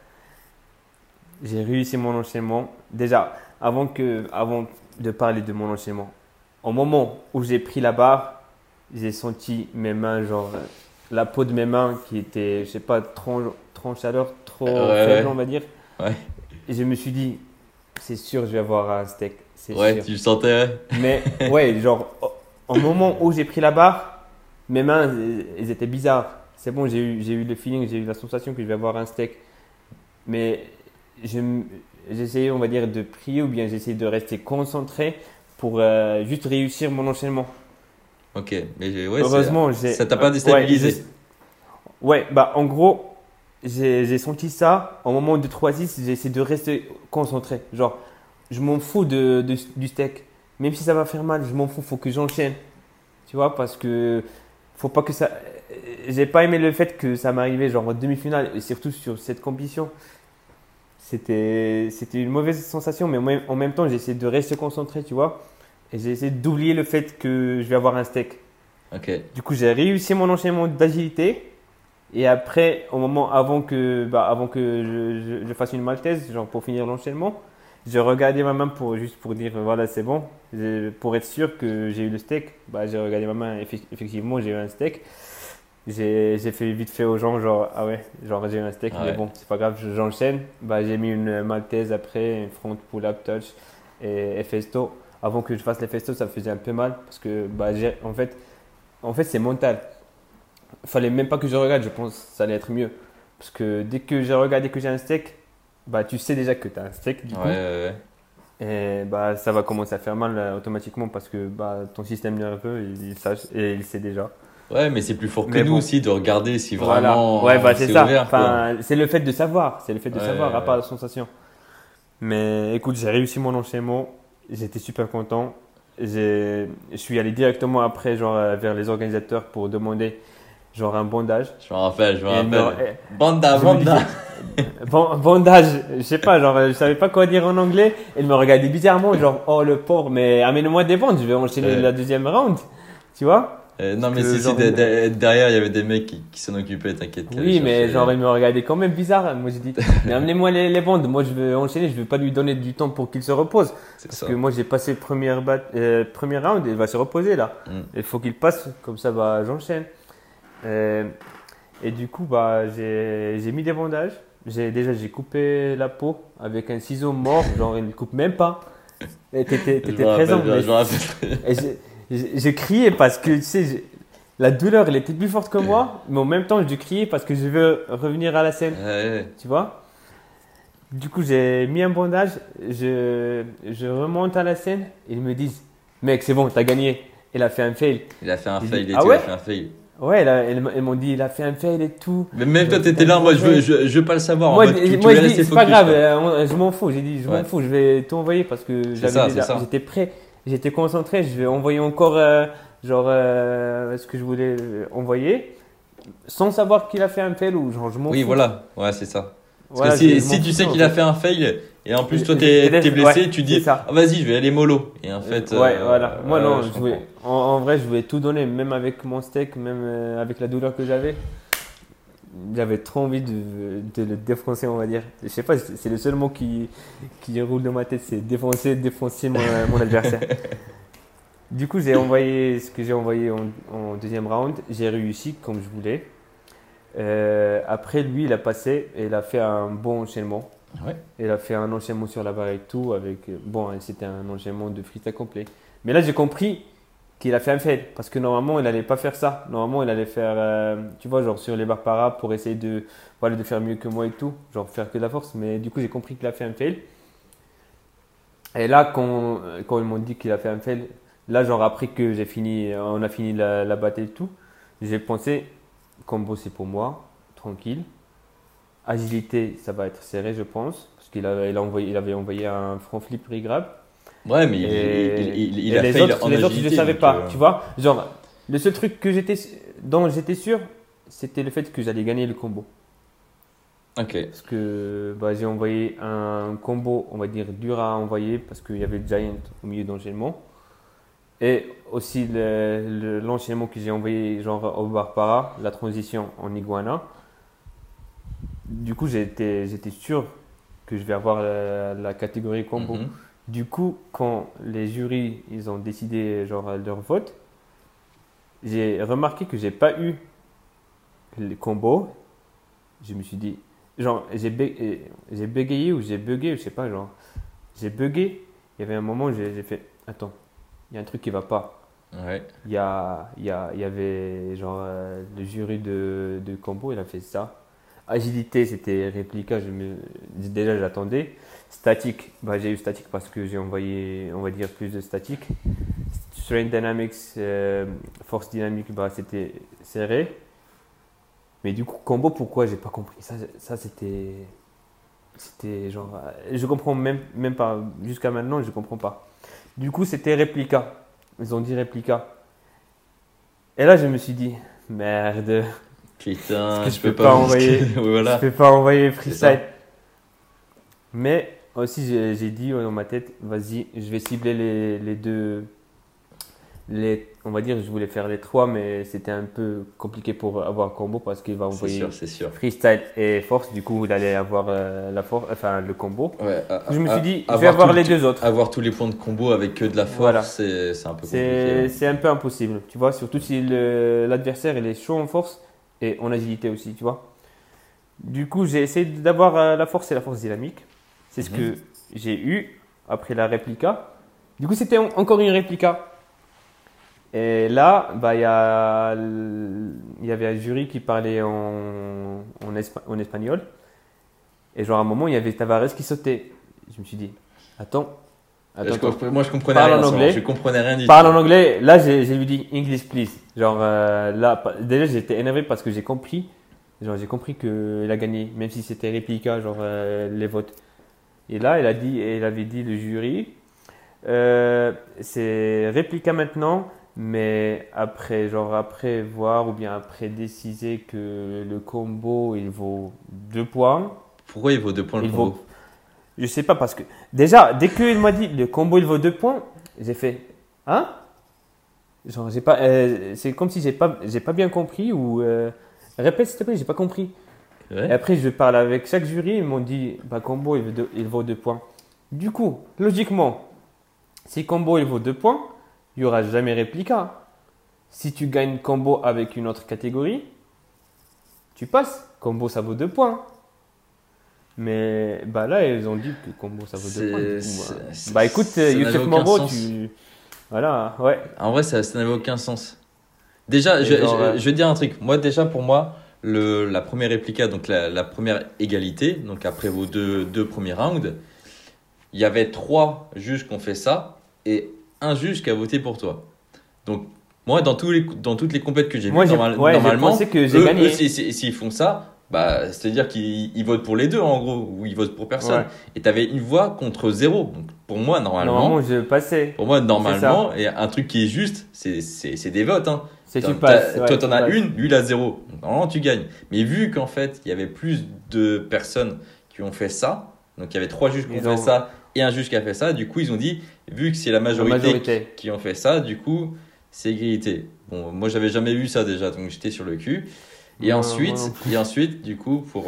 J'ai réussi mon enchaînement. Déjà, avant de parler de mon enchaînement, au moment où j'ai pris la barre, j'ai senti mes mains, genre la peau de mes mains qui était, je sais pas, trop en chaleur, trop faible, on va dire. Ouais. Et je me suis dit, c'est sûr, je vais avoir un steak. C'est sûr. Tu le sentais. Mais ouais, genre, au moment où j'ai pris la barre, mes mains, elles étaient bizarres. C'est bon, j'ai eu le feeling, j'ai eu la sensation que je vais avoir un steak. Mais j'ai essayé, on va dire, de prier ou bien j'ai essayé de rester concentré pour juste réussir mon enchaînement. Ok, mais ouais, heureusement, ça t'a pas déstabilisé. Ouais, en gros, j'ai senti ça. Au moment de 3-6, j'ai essayé de rester concentré. Genre, je m'en fous du steak. Même si ça va faire mal, je m'en fous, faut que j'enchaîne. Tu vois, parce que faut pas que ça. J'ai pas aimé le fait que ça m'arrivait genre en demi-finale et surtout sur cette compétition. C'était une mauvaise sensation, mais en même temps, j'ai essayé de rester concentré, tu vois. Et j'ai essayé d'oublier le fait que je vais avoir un steak. Ok. Du coup, j'ai réussi mon enchaînement d'agilité. Et après, avant que je fasse une maltaise, genre pour finir l'enchaînement, j'ai regardé ma main juste pour dire voilà, c'est bon. Pour être sûr que j'ai eu le steak, j'ai regardé ma main, effectivement, j'ai eu un steak. J'ai fait vite fait aux gens, genre, ah ouais, genre j'ai eu un steak, mais bon, c'est pas grave, j'enchaîne. J'ai mis une maltaise après, une front pull-up touch et festo. Avant que je fasse les festos, ça me faisait un peu mal parce que en fait c'est mental. Il fallait même pas que je regarde, je pense que ça allait être mieux. Parce que dès que j'ai regardé que j'ai un steak, tu sais déjà que tu as un steak du coup. Et ça va commencer à faire mal automatiquement parce que ton système nerveux, il sache et il sait déjà. Ouais, mais c'est plus fort que nous aussi de regarder si vraiment c'est ça. ouvert. C'est le fait de savoir, à part la sensation. Mais écoute, j'ai réussi mon enchaînement, j'étais super content. Je suis allé directement après vers les organisateurs pour demander genre un bandage. Je me rappelle. Bandage. Bandage, je sais pas, genre je savais pas quoi dire en anglais. Elle me regardait bizarrement, genre oh le pauvre, mais amène-moi des bandes, je vais enchaîner la deuxième round, tu vois. Non mais derrière il y avait des mecs qui s'en occupaient, t'inquiète. Oui, mais genre il me regardait quand même bizarre. Moi j'ai dit mais amenez-moi les bandes, moi je veux enchaîner, je veux pas lui donner du temps pour qu'il se repose. Parce que moi j'ai passé le premier round, il va se reposer là. Il faut qu'il passe, comme ça j'enchaîne. Et du coup j'ai mis des bandages. J'ai coupé la peau avec un ciseau mort, genre il ne coupe même pas. Et t'étais présent. J'ai crié parce que tu sais, la douleur elle était plus forte que moi, mais en même temps je criais parce que je veux revenir à la scène. Tu vois? Du coup j'ai mis un bandage, je remonte à la scène, et ils me disent mec c'est bon, t'as gagné. Il a fait un fail. Il a fait un fail, il a fait un fail. Ouais, ils m'ont dit il a fait un fail et tout. Mais même toi t'étais là, moi je veux pas le savoir. Moi, je dis c'est pas grave, je m'en fous. J'ai dit je m'en fous, je vais tout envoyer parce que j'étais prêt, j'étais concentré, je vais envoyer encore ce que je voulais envoyer sans savoir qu'il a fait un fail ou genre je m'en fous. Oui voilà, ouais c'est ça. Parce que si tu sais qu'il a fait un fail et en plus toi t'es blessé, tu dis vas-y je vais aller mollo. Et en fait voilà. Moi non, en vrai je voulais tout donner, même avec mon steak, même avec la douleur que j'avais. J'avais trop envie de le défoncer, on va dire. Je sais pas, c'est le seul mot qui roule dans ma tête, c'est défoncer mon adversaire. Du coup, j'ai envoyé ce que j'ai envoyé en deuxième round. J'ai réussi comme je voulais. Après, lui, il a passé et il a fait un bon enchaînement. Ouais. Il a fait un enchaînement sur la barre et tout. C'était un enchaînement de freestyle complet. Mais là, j'ai compris qu'il a fait un fail. Parce que normalement, il n'allait pas faire ça. Normalement, il allait faire, tu vois, genre sur les barres para pour essayer voilà, de faire mieux que moi et tout. Genre faire que de la force. Mais du coup, j'ai compris qu'il a fait un fail. Et là, quand ils m'ont dit qu'il a fait un fail, là, genre après que on a fini la bataille et tout, j'ai pensé, combo c'est pour moi, tranquille. Agilité, ça va être serré, je pense. Parce il avait envoyé un front flip regrab. Ouais, mais il a fail en les autres, je agilité. ne savais donc, pas, tu vois. Genre, le seul truc dont j'étais sûr, c'était le fait que j'allais gagner le combo. Ok. Parce que bah, j'ai envoyé un combo, on va dire, dur à envoyer parce qu'il y avait le Giant au milieu d'enchaînement. Et aussi l'enchaînement que j'ai envoyé genre au bar para, la transition en iguana. Du coup, j'étais sûr que je vais avoir la catégorie combo. Mhm. Du coup, quand les jurys ils ont décidé genre leur vote, j'ai remarqué que j'ai pas eu le combo. Je me suis dit, genre, j'ai bégayé ou j'ai bugué, je sais pas, genre, j'ai bugué. Il y avait un moment où j'ai fait, attends, il y a un truc qui va pas. Ouais. Il y avait, genre, le jury de combo, il a fait ça. Agilité, c'était réplica, déjà j'attendais. Statique, bah, j'ai eu statique parce que j'ai envoyé, on va dire, plus de statique. Strength Dynamics, force dynamique, bah, c'était serré. Mais du coup, combo, pourquoi j'ai pas compris? Ça c'était genre, je comprends même pas, jusqu'à maintenant, je comprends pas. Du coup, c'était réplica. Ils ont dit réplica. Et là, je me suis dit, merde, Putain, est-ce que je peux pas envoyer, Oui, voilà. je peux pas envoyer C'est ça. freestyle. Mais aussi, j'ai dit dans ma tête, vas-y, je vais cibler les deux. On va dire, je voulais faire les trois, mais c'était un peu compliqué pour avoir un combo parce qu'il va C'est envoyer sûr, c'est sûr. freestyle et force. Du coup, il allait avoir la force, enfin le combo. Ouais, Je me suis dit, je vais avoir les deux autres. Avoir tous les points de combo avec que de la force, Voilà. c'est un peu compliqué. C'est un peu impossible, tu vois, surtout si l'adversaire il est chaud en force et en agilité aussi, tu vois. Du coup, j'ai essayé d'avoir la force et la force dynamique. C'est ce que j'ai eu après la réplica. Du coup, c'était encore une réplica. Et là, bah, il y avait un jury qui parlait en espagnol. Et genre à un moment, il y avait Tavares qui sautait. Je me suis dit, attends. Moi, je comprenais Parle rien. en anglais. Je comprenais rien du Parle tout. en anglais. Là, j'ai lui dit English, please. Genre là, déjà, j'étais énervé parce que j'ai compris. Genre, j'ai compris qu'il a gagné, même si c'était réplica, genre les votes. Et là, il avait dit le jury, c'est réplica maintenant, mais après voir ou bien après décider que le combo il vaut 2 points. Pourquoi il vaut 2 points le combo? Je sais pas parce que déjà dès qu'il m'a dit le combo il vaut 2 points, j'ai fait hein? Genre j'ai pas, c'est comme si j'ai pas bien compris ou répète s'il te plaît, j'ai pas compris. Ouais. Et après, je parle avec chaque jury, ils m'ont dit bah, combo il vaut 2 points. Du coup, logiquement, si combo il vaut 2 points, il n'y aura jamais réplica. Si tu gagnes combo avec une autre catégorie, tu passes. Combo ça vaut 2 points. Mais bah là, ils ont dit que combo ça vaut 2 points. Du coup, bah écoute, Youssef Mambo, voilà, ouais. En vrai, ça n'avait aucun sens. Déjà, je vais dire un truc. Moi, déjà, pour moi, la première réplica, donc la première égalité, donc après vos deux premiers rounds, il y avait 3 juges qui ont fait ça et un juge qui a voté pour toi. Donc, moi, dans toutes les compètes que j'ai vues, normalement, pensé que j'ai gagné. S'ils font ça, bah, c'est-à-dire qu'ils votent pour les deux, en gros, ou ils votent pour personne. Ouais. Et tu avais une voix contre 0. Donc, pour moi, normalement, je passais. Pour moi, normalement, et un truc qui est juste, c'est des votes. Hein. Tu passes. Toi, t'en as une, lui, il a 0. Donc, normalement, tu gagnes. Mais vu qu'en fait, il y avait plus de personnes qui ont fait ça, donc il y avait 3 juges qui ont fait ça et un juge qui a fait ça, du coup, ils ont dit, vu que c'est la majorité qui ont fait ça, du coup, c'est égalité. Bon, moi, j'avais jamais vu ça déjà, donc j'étais sur le cul. Et ensuite, du coup, pour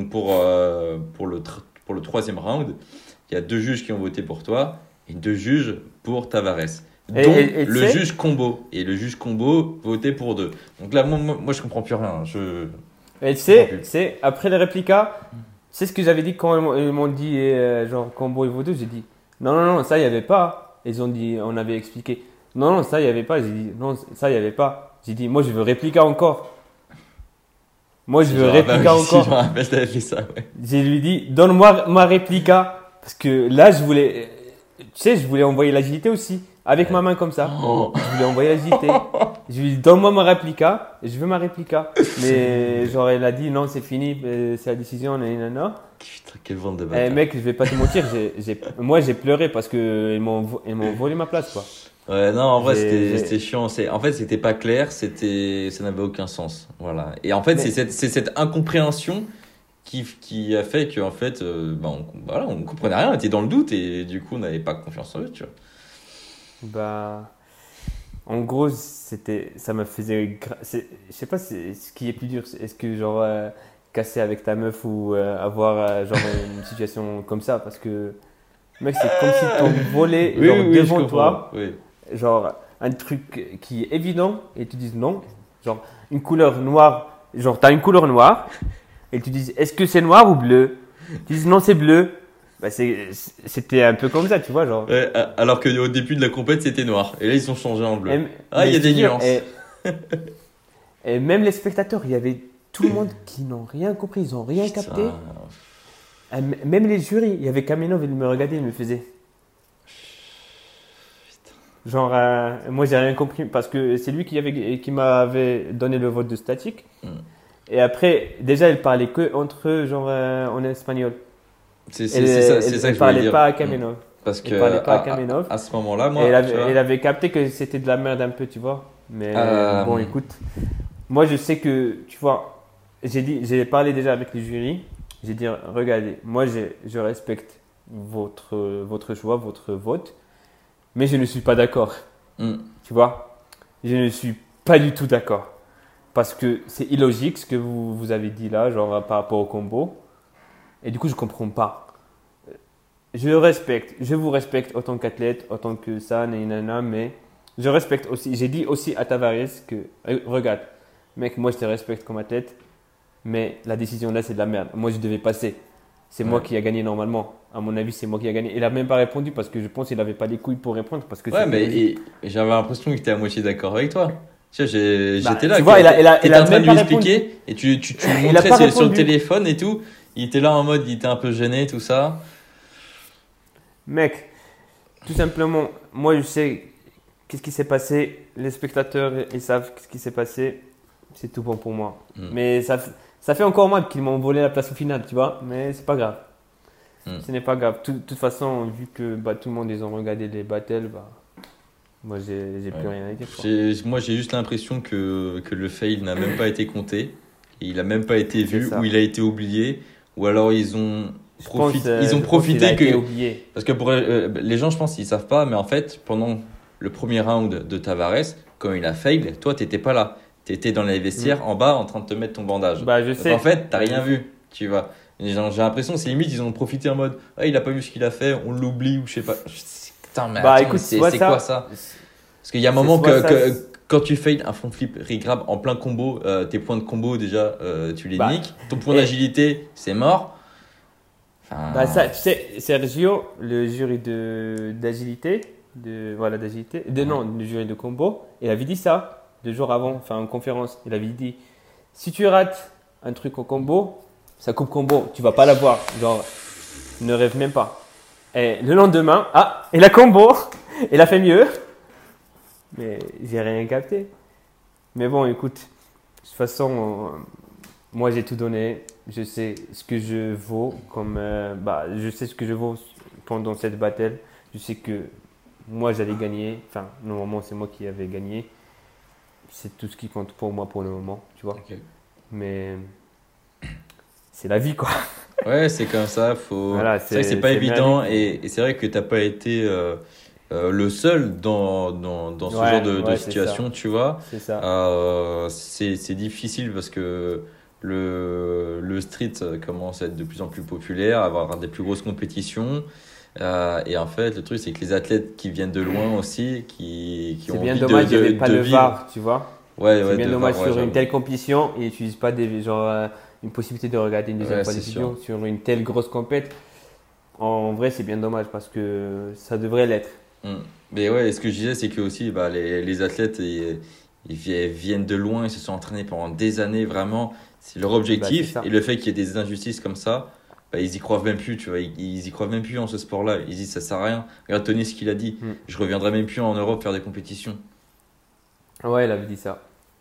le 3e round, il y a 2 juges qui ont voté pour toi et 2 juges pour Tavares. Dont le juge combo. Et le juge combo votait pour 2. Donc là, moi je comprends plus rien. Et tu sais, après les réplicas, c'est ce que j'avais dit quand ils m'ont dit genre combo et vaut 2. J'ai dit non, ça il n'y avait pas. Ils ont dit, on avait expliqué. Non, ça, il n'y avait pas. J'ai dit, non, ça, il n'y avait pas. J'ai dit, moi, je veux répliquer encore. Moi, je veux répliquer Si, je me encore. rappelle, t'avais fait ça, ouais. J'ai lui dit, donne-moi ma réplica. Parce que là, je voulais envoyer l'agilité aussi. Avec ma main comme ça. Oh. Je voulais envoyer l'agilité. Je lui ai dit, donne-moi ma réplica. Je veux ma réplica. Mais genre, elle a dit, non, c'est fini. C'est la décision. Nanana. Putain, quelle vente de Eh bâtard. mec, je vais pas te mentir. Moi, j'ai pleuré parce qu'ils m'ont volé ma place, quoi. Ouais, non, en vrai, J'ai- c'était chiant. En fait, c'était pas clair, ça n'avait aucun sens. Voilà. Et en fait, Mais- c'est cette incompréhension qui a fait qu'en fait, voilà, on comprenait rien, on était dans le doute et du coup, on n'avait pas confiance en eux, tu vois. Bah, en gros, ça me faisait. Je sais pas ce qui est plus dur. Est-ce que genre casser avec ta meuf ou avoir genre une situation comme ça, parce que mec, c'est comme si t'en volais Oui, genre oui, je devant comprends. toi, Oui. genre un truc qui est évident et tu dis non, genre une couleur noire, genre t'as une couleur noire et tu dis est-ce que c'est noir ou bleu? Tu dis non, c'est bleu. Bah, c'était un peu comme ça, tu vois, genre. Ouais, alors qu'au début de la compète, c'était noir. Et là, ils sont changés en bleu. Et- Ah, il y a mais des je te jure, nuances. et même les spectateurs, il y avait tout le monde qui n'ont rien compris, ils n'ont rien capté. Putain. Même les jurys, il y avait Kamenov, il me regardait, il me faisait. Genre, moi j'ai rien compris parce que c'est lui qui m'avait donné le vote de statique. Mm. Et après, déjà, il parlait que entre eux, genre en espagnol. C'est Elle ça que il je voulais parlait dire. pas à Kamenov. Parce Il que parlait pas à Kamenov. à ce moment-là, moi, Et tu vois, il avait capté que c'était de la merde un peu, tu vois. Mais bon, écoute, moi je sais que, tu vois, j'ai parlé déjà avec les jurys. J'ai dit, regardez, moi je respecte votre choix, votre vote, mais je ne suis pas d'accord. mm, Tu vois, je ne suis pas du tout d'accord. Parce que c'est illogique ce que vous avez dit là, genre par rapport au combo. Et du coup, je comprends pas. Je vous respecte autant qu'athlète, autant que ça, nanana, mais je respecte aussi. J'ai dit aussi à Tavares que, regarde, mec, moi je te respecte comme athlète, mais la décision là c'est de la merde. Moi je devais passer. C'est moi Ouais. qui a gagné normalement. À mon avis, c'est moi qui a gagné. Il a même pas répondu parce que je pense qu'il avait pas les couilles pour répondre parce que Ouais, c'est mais illogique. et j'avais l'impression que tu étais à moitié d'accord avec toi. Tu vois, Bah, j'étais là. tu vois, il a t'étais en train même de pas lui répondu. expliquer et tu Il a montrais pas sur le répondu. téléphone et tout. Il était là en mode, il était un peu gêné, tout ça. Mec, tout simplement, moi je sais qu'est-ce qui s'est passé. Les spectateurs, ils savent ce qui s'est passé. C'est tout bon pour moi. Mm. Mais ça fait encore mal qu'ils m'ont volé la place au final, tu vois. Mais c'est pas grave. Mm. Ce n'est pas grave. De toute façon, vu que tout le monde ils ont regardé les battles, moi j'ai plus Ouais. rien à dire, quoi. Moi, j'ai juste l'impression que le fail n'a même pas été compté. Et il a même pas été C'est vu, ça. ou il a été oublié, ou alors ils ont Je pense, ils ont je pense qu'il a profité été que. oublié. Parce que pour les gens, je pense, ils savent pas, mais en fait, pendant le premier round de Tavares, quand il a fail, toi, t'étais pas là. T'étais dans les vestiaires en bas en train de te mettre ton bandage. Bah je Donc, sais. en fait, t'as rien vu, tu vois. Et j'ai l'impression, c'est limite, ils ont profité en mode, ah, il a pas vu ce qu'il a fait, on l'oublie ou je sais pas. Putain, mais Bah attends, écoute, c'est soit quoi ça? Parce qu'il y a un C'est moment soit ça, quand tu fail un front flip regrab en plein combo, tes points de combo déjà, tu les Bah, niques. Ton point et- d'agilité, c'est mort. Enfin, Bah ça, tu sais, Sergio, le jury d'agilité, non, le jury de combo, il avait dit ça 2 jours avant, enfin en conférence. Il avait dit, si tu rates un truc au combo, ça coupe combo, tu vas pas l'avoir. Genre, ne rêve même pas. Et le lendemain, et la combo, il a fait mieux. Mais j'ai rien capté. Mais bon, écoute, de toute façon, moi j'ai tout donné. Je sais ce que je vaux je sais ce que je vaux pendant cette battle. Je sais que moi j'allais gagner. Enfin, normalement c'est moi qui avais gagné. C'est tout ce qui compte pour moi pour le moment, tu vois. ok. Mais c'est la vie, quoi. Ouais, c'est comme ça. Voilà, c'est vrai que c'est pas c'est évident merveilleux. et c'est vrai que t'as pas été le seul dans ce Ouais, genre de ouais, c'est situation, tu vois. C'est ça. C'est difficile parce que le street commence à être de plus en plus populaire, à avoir des plus grosses compétitions. Et en fait, le truc, c'est que les athlètes qui viennent de loin aussi, qui C'est ont bien envie dommage, il n'y avait de pas le vivre. VAR, tu vois. Ouais, C'est ouais, bien de dommage voir, ouais, sur une j'avoue. telle compétition et ils n'utilisent pas une possibilité de regarder une deuxième Ouais, fois c'est des vidéos sur une telle grosse compète. En vrai, c'est bien dommage parce que ça devrait l'être. Mais ouais, ce que je disais, c'est que aussi, bah, les athlètes, viennent de loin, ils se sont entraînés pendant des années, vraiment. C'est leur Bah, c'est objectif. ça. Et le fait qu'il y ait des injustices comme ça, bah, ils y croient même plus, tu vois. Ils y croient même plus en ce sport-là. Ils disent, ça sert à rien. Regarde Tony, ce qu'il a dit. Mm. Je reviendrai même plus en Europe faire des compétitions. Ouais, il avait dit ça.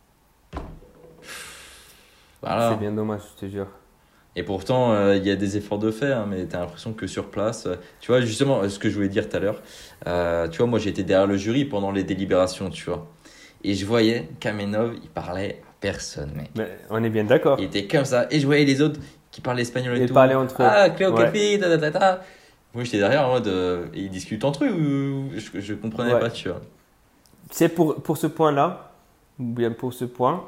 C'est Voilà. bien dommage, je te jure. Et pourtant, il y a des efforts de faire, hein, mais tu as l'impression que sur place, tu vois, justement, ce que je voulais dire tout à l'heure, tu vois, moi j'étais derrière le jury pendant les délibérations, tu vois. Et je voyais Kamenov, il parlait à personne, mec. Mais on est bien d'accord. Il était comme ça. Et je voyais les autres qui parlaient espagnol et Ils tout. parlaient entre eux. Ah, Cléo, Ouais. Kepi, ta ta ta ta. Moi j'étais derrière en mode. Et ils discutent entre eux ou je comprenais Ouais. pas, tu vois. C'est pour ce point-là, ou bien pour ce point,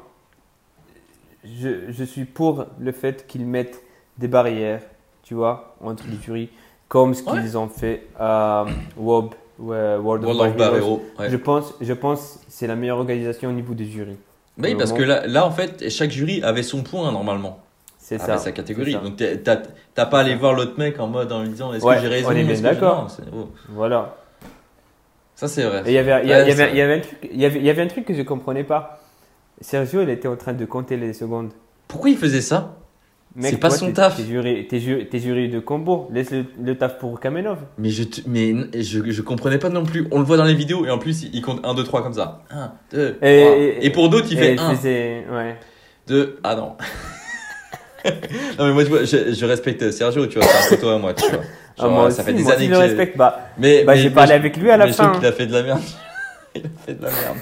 je suis pour le fait qu'ils mettent des barrières, tu vois, entre les jurys, comme ce Ouais. qu'ils ont fait à WOB, World World of Bar Bar Heroes. Hero. Ouais. Je pense que c'est la meilleure organisation au niveau des jurys. Oui, parce que là, en fait, chaque jury avait son point normalement. C'est Avait ça. sa catégorie. c'est ça. Donc t'as pas à aller voir l'autre mec en mode en lui disant est-ce Ouais, que j'ai raison on est bien est-ce que j'ai- d'accord. Non, oh. Voilà. Ça c'est vrai. Et il y avait, Ouais, c'est vrai. il y avait un truc que je comprenais pas. Sergio, il était en train de compter les secondes. Pourquoi il faisait ça? Mec, C'est pas toi, son taf. T'es jury de combo. Laisse le taf pour Kamenov. Mais je comprenais pas non plus. On le voit dans les vidéos et en plus il compte 1, 2, 3 comme ça. 1, 2, 3. Et pour d'autres il fait 1, Ouais. 2. Ah non. Non mais moi tu vois, je respecte Sergio, tu vois, c'est un poteau à moi, tu vois. Ah, Genre, moi ça aussi, fait des moi années aussi, que je le j'ai- respecte. Bah, Mais j'ai parlé avec lui à la mais je trouve fin. qu'il a fait de la merde. Il a fait de la merde.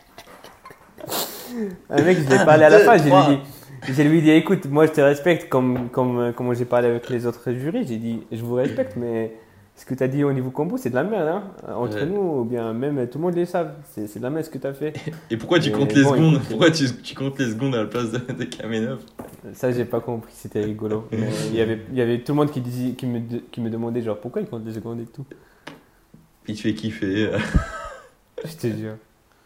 Un mec, je l'ai Un, parlé à la deux, fin. trois. Je lui ai dit, écoute, moi je te respecte comme j'ai parlé avec les autres jurys. J'ai dit, je vous respecte, mais ce que tu as dit au niveau combo, c'est de la merde. Hein. Entre Ouais. nous, ou bien même tout le monde le savent. C'est de la merde ce que tu as fait. Et pourquoi tu Mais comptes les bon, secondes? écoute, Pourquoi tu comptes les secondes à la place de Kamenov? Ça, j'ai pas compris. C'était rigolo. Mais il y avait tout le monde qui me demandait, genre, pourquoi il compte les secondes et tout. Il te fait kiffer. Je te jure.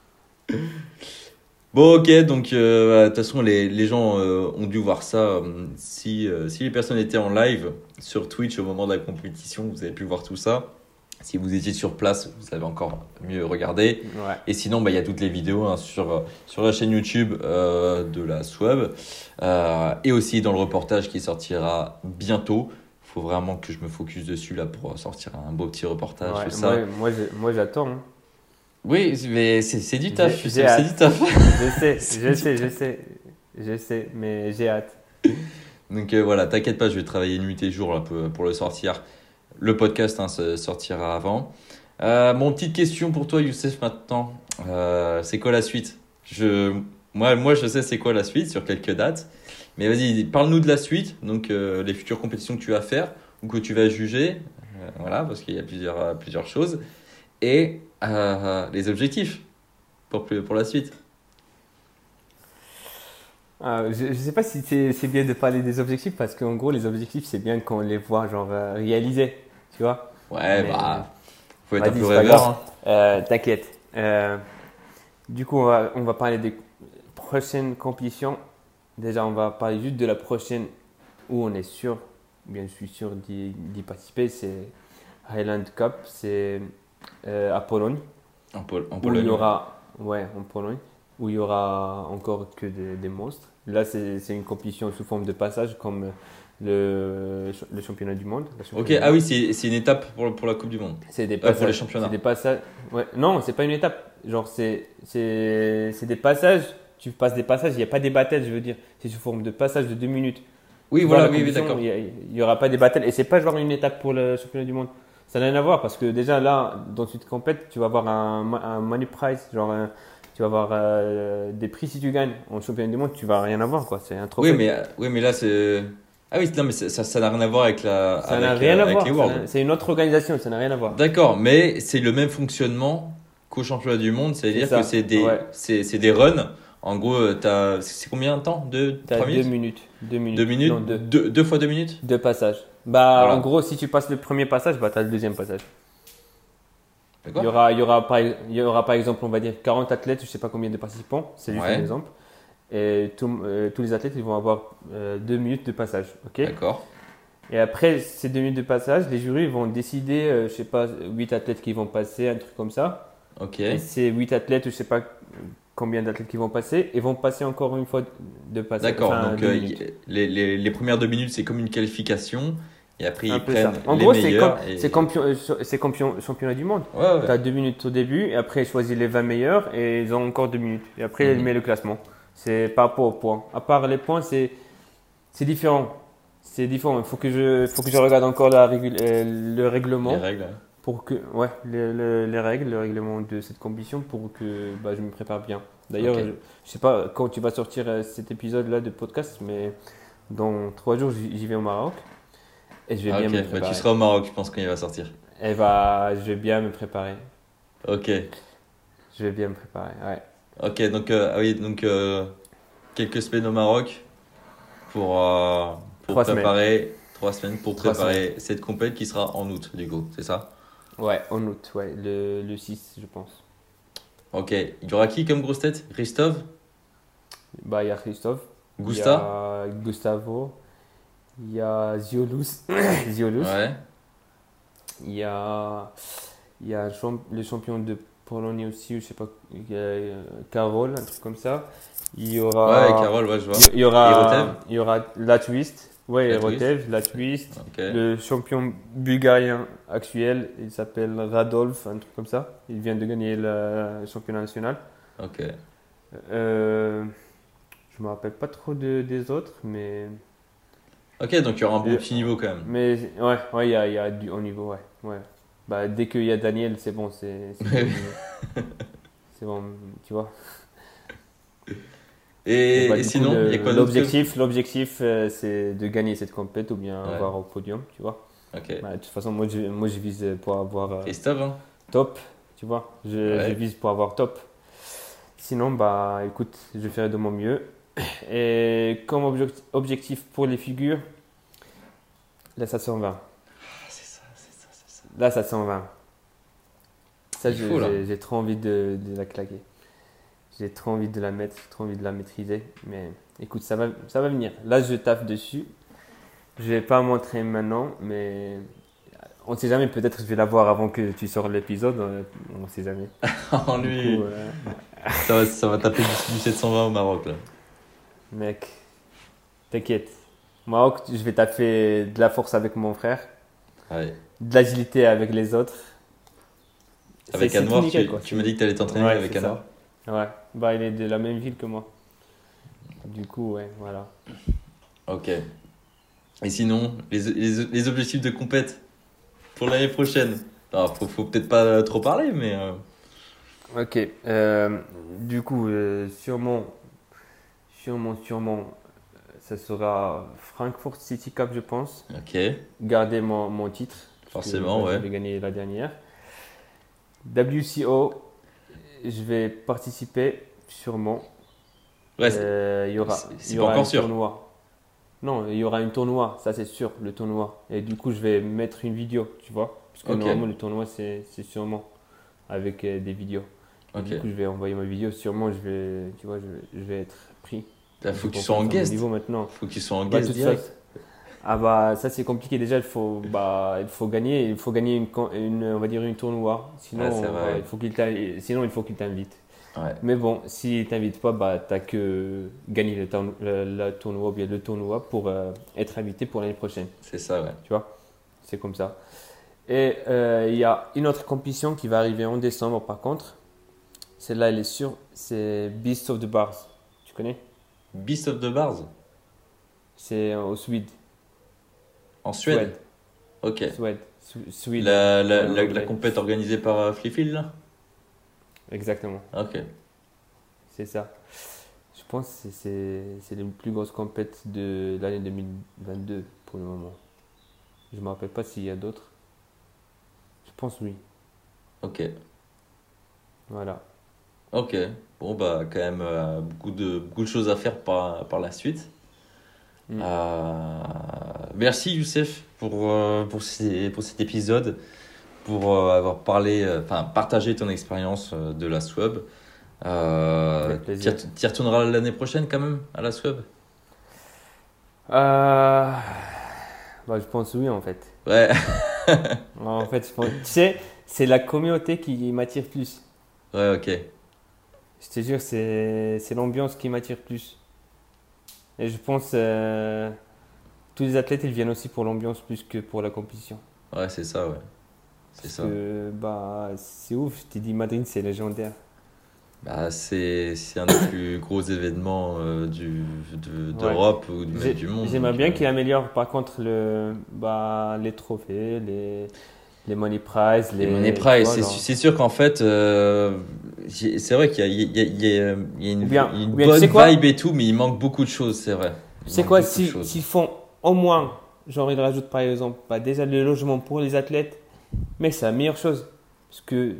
Bon, ok, donc voilà, de toute façon, les gens ont dû voir ça. Si les personnes étaient en live sur Twitch au moment de la compétition, vous avez pu voir tout ça. Si vous étiez sur place, vous avez encore mieux regardé. Ouais. Et sinon, bah, il y a toutes les vidéos hein, sur la chaîne YouTube de la SWAB et aussi dans le reportage qui sortira bientôt. Il faut vraiment que je me focus dessus là pour sortir un beau petit reportage Ouais, sur ça. moi, j'attends. Hein. Oui, mais c'est du taf. J'ai C'est hâte. du taf. Je sais, mais j'ai hâte. Donc voilà, t'inquiète pas, je vais travailler nuit et jour là, pour le sortir. Le podcast hein, sortira avant. Mon petite question pour toi, Youssef, maintenant. C'est quoi la suite? Moi, je sais c'est quoi la suite sur quelques dates. Mais vas-y, parle-nous de la suite. Donc, les futures compétitions que tu vas faire ou que tu vas juger. Voilà, parce qu'il y a plusieurs choses. Et les objectifs pour la suite. Je sais pas si c'est bien de parler des objectifs parce qu'en gros, les objectifs, c'est bien qu'on les voit genre réalisés. Tu vois? Ouais, Mais- bah, faut être un Vas-y, peu c'est pas rêveur. grave. Hein. T'inquiète. Du coup, on va parler des prochaines compétitions. Déjà, on va parler juste de la prochaine où on est sûr, bien je suis sûr d'y participer. C'est Highland Cup, c'est à Pologne. En Où Pologne. il y aura, ouais, en Pologne, où il y aura encore que des monstres. Là, c'est une compétition sous forme de passage comme le championnat du monde. la Ok, championnat ah du oui, monde. c'est une étape pour la Coupe du Monde. C'est des pour les passages. championnats. C'est des passages. Ouais. Non, c'est pas une étape. Genre, c'est des passages. Tu passes des passages, il n'y a pas des battles, je veux dire. C'est sous forme de passage de 2 minutes. Oui, Tu vois, voilà, la oui, compétition, d'accord. Il n'y aura pas des battles. Et c'est pas genre une étape pour le championnat du monde. Ça n'a rien à voir parce que déjà là, dans cette compète, tu vas avoir un money prize. Genre, tu vas avoir des prix si tu gagnes. En championnat du monde, tu vas rien avoir, quoi. C'est un trophée. Oui, mais là, c'est. Ah oui, non, mais ça n'a rien à voir avec Ça n'a rien à avec voir. les Worlds. C'est une autre organisation, ça n'a rien à voir. D'accord, mais c'est le même fonctionnement qu'au championnat du monde, c'est-à-dire C'est ça, que ouais. c'est des runs. En gros, c'est combien de temps? 2, Tu as 3 2 minutes? minutes. 2 minutes. 2 minutes? Non, deux. 2 fois 2 minutes? Deux passages. Bah, Voilà. en gros, si tu passes le premier passage, bah, tu as le deuxième passage. D'accord? Il y aura par exemple, on va dire 40 athlètes, je ne sais pas combien de participants, c'est juste Ouais. un exemple. Et tous les athlètes, ils vont avoir 2 minutes de passage. Ok. D'accord. Et après ces 2 minutes de passage, les jurys vont décider, je sais pas, 8 athlètes qui vont passer, un truc comme ça. Ok. Et ces 8 athlètes, ou je sais pas combien d'athlètes qui vont passer, et vont passer encore une fois de passage. D'accord. Enfin, Donc 2 minutes. les premières 2 minutes, c'est comme une qualification. Et après, Un ils peu ça. prennent En les gros, meilleurs. c'est championnat du monde. Ouais, ouais. Tu as 2 minutes au début, et après, ils choisissent les 20 meilleurs, et ils ont encore 2 minutes. Et après, ils Mhm. mettent le classement. C'est par rapport aux points. À part les points, c'est différent. C'est différent. Faut que je regarde encore le Les règlement règles. Ouais. pour que, ouais, les règles, le règlement de cette compétition pour que bah, je me prépare bien. D'ailleurs, Ok. je sais pas quand tu vas sortir cet épisode-là de podcast, mais dans 3 jours, j'y vais au Maroc et je vais Ah, bien ok. me Bah, préparer. tu seras au Maroc, je pense, quand il va sortir. Et bah, je vais bien me préparer. Ok. Je vais bien me préparer, ouais. Ok. Donc, ah oui, donc quelques semaines au Maroc pour 3 semaines. préparer 3 semaines pour 3 préparer cette compète qui sera en août, du coup, c'est ça? Ouais, en août, ouais, le 6, je pense. Ok. Il y aura qui comme grosse tête? Christophe? Bah, il y a Christophe, il y Gusta? a Gustavo, il y a Ziolus, Ziolus. Ouais. Il y a le champion de Pologne aussi, je sais pas, il y a, Karol, un truc comme ça. Il y Ouais, aura, Carole, ouais, je vois. il y aura, Hirotev? il y aura la twist, ouais, La twist. Hirotev, la twist. Ok. Le champion bulgarien actuel, il s'appelle Radolf, un truc comme ça. Il vient de gagner le championnat national. Ok. Je me rappelle pas trop des autres, Ok, donc il y aura un bon petit niveau quand même. mais ouais, il y a du haut niveau, ouais, ouais. Bah, dès qu'il y a Daniel, c'est bon, c'est bon, c'est bon, tu vois. Et, Bah, et du coup, sinon, il y a quoi d'autre l'objectif, c'est de gagner cette compète ou bien Ouais. avoir au podium, tu vois. Ok. Bah, de toute façon, moi, je vise pour avoir Christophe, hein? top, tu vois. Ouais. Je vise pour avoir top. Sinon, bah, écoute, je ferai de mon mieux. Et comme objectif pour les figures, là, ça 120. Ah, c'est ça. Là, ça 120. Ça, Il faut, là. j'ai trop envie de la claquer. J'ai trop envie de la mettre, j'ai trop envie de la maîtriser. Mais écoute, ça va venir. Là, je taffe dessus. Je vais pas montrer maintenant, mais on sait jamais. Peut-être que je vais la voir avant que tu sors l'épisode. On sait jamais. En Du lui, coup, ça va taper du 720 au Maroc là. mec, t'inquiète. Maroc, je vais taffer de la force avec mon frère, Ouais. de l'agilité avec les autres. Avec C'est tout Anwar, nickel, quoi. tu m'as dit que tu allais t'entraîner Ouais, avec c'est Anwar. ça. Ouais, bah il est de la même ville que moi. Du coup, ouais, voilà. Ok. Et sinon, les objectifs de compète pour l'année prochaine. Alors, faut peut-être pas trop parler, mais. Ok. Du coup, sûrement, ça sera Frankfurt City Cup, je pense. Ok. Garder mon titre. Parce que, Forcément, bah, ouais. je l'ai gagné la dernière. WCO, je vais participer sûrement. Ouais, Il y aura, c'est il y pas aura encore un sûr. tournoi. Non, il y aura un tournoi, ça c'est sûr, le tournoi. Et du coup, je vais mettre une vidéo, tu vois. Parce que Ok. normalement, le tournoi, c'est sûrement avec des vidéos. Et Ok. du coup, je vais envoyer ma vidéo. Sûrement, tu vois, je vais être pris. Là, faut Je que tu pense sois en faire mon guest. niveau maintenant. Faut que tu sois en Bah, guest toute direct. façon- Ah bah ça c'est compliqué déjà il faut gagner on va dire une tournoi sinon Ouais, c'est vrai. il faut qu'il t'invite. Ouais. Mais bon, s'il t'invite pas bah t'as que gagner le tournoi ou bien le tournoi pour être invité pour l'année prochaine, C'est ça, ouais. tu vois. C'est comme ça. Et il y a une autre compétition qui va arriver en décembre par contre. Celle-là elle est sûre, c'est Beast of the Bars. Tu connais? Beast of the Bars C'est au Suède. en Suède. Ok. Suède. La compète organisée par Fleefield, là. Exactement. Ok. C'est ça. Je pense que c'est la plus grosse compète de l'année 2022 pour le moment. Je ne me rappelle pas s'il y a d'autres. Je pense oui. Ok. Voilà. Ok. Bon, bah, quand même, beaucoup de choses à faire par la suite. Mm. Merci Youssef pour cet épisode, pour avoir partagé ton expérience de la SWAB. Avec plaisir. Tu y retourneras l'année prochaine quand même à la SWAB? Bah, je pense oui, en fait. Ouais. En fait, je pense, tu sais, c'est la communauté qui m'attire plus. Ouais, ok. Je te jure, c'est l'ambiance qui m'attire plus. Et je pense tous les athlètes, ils viennent aussi pour l'ambiance plus que pour la compétition. Ouais, c'est ça, ouais. C'est Parce ça. que bah, c'est ouf, je t'ai dit, Madrid, c'est légendaire. Bah, c'est un des plus gros événements Ouais. d'Europe ou même du monde. J'aimerais Donc, bien qu'il améliore par contre les trophées, les money prize, les Money tu Prize, vois, genre. c'est sûr qu'en fait, c'est vrai qu'il y a Ou une bien tu bonne sais quoi? vibe et tout, mais il manque beaucoup de choses, c'est vrai. Tu Il sais manque quoi, beaucoup de choses. s'ils font au moins, genre ils rajoutent par exemple, bah, déjà le logement pour les athlètes, mais c'est la meilleure chose. Parce que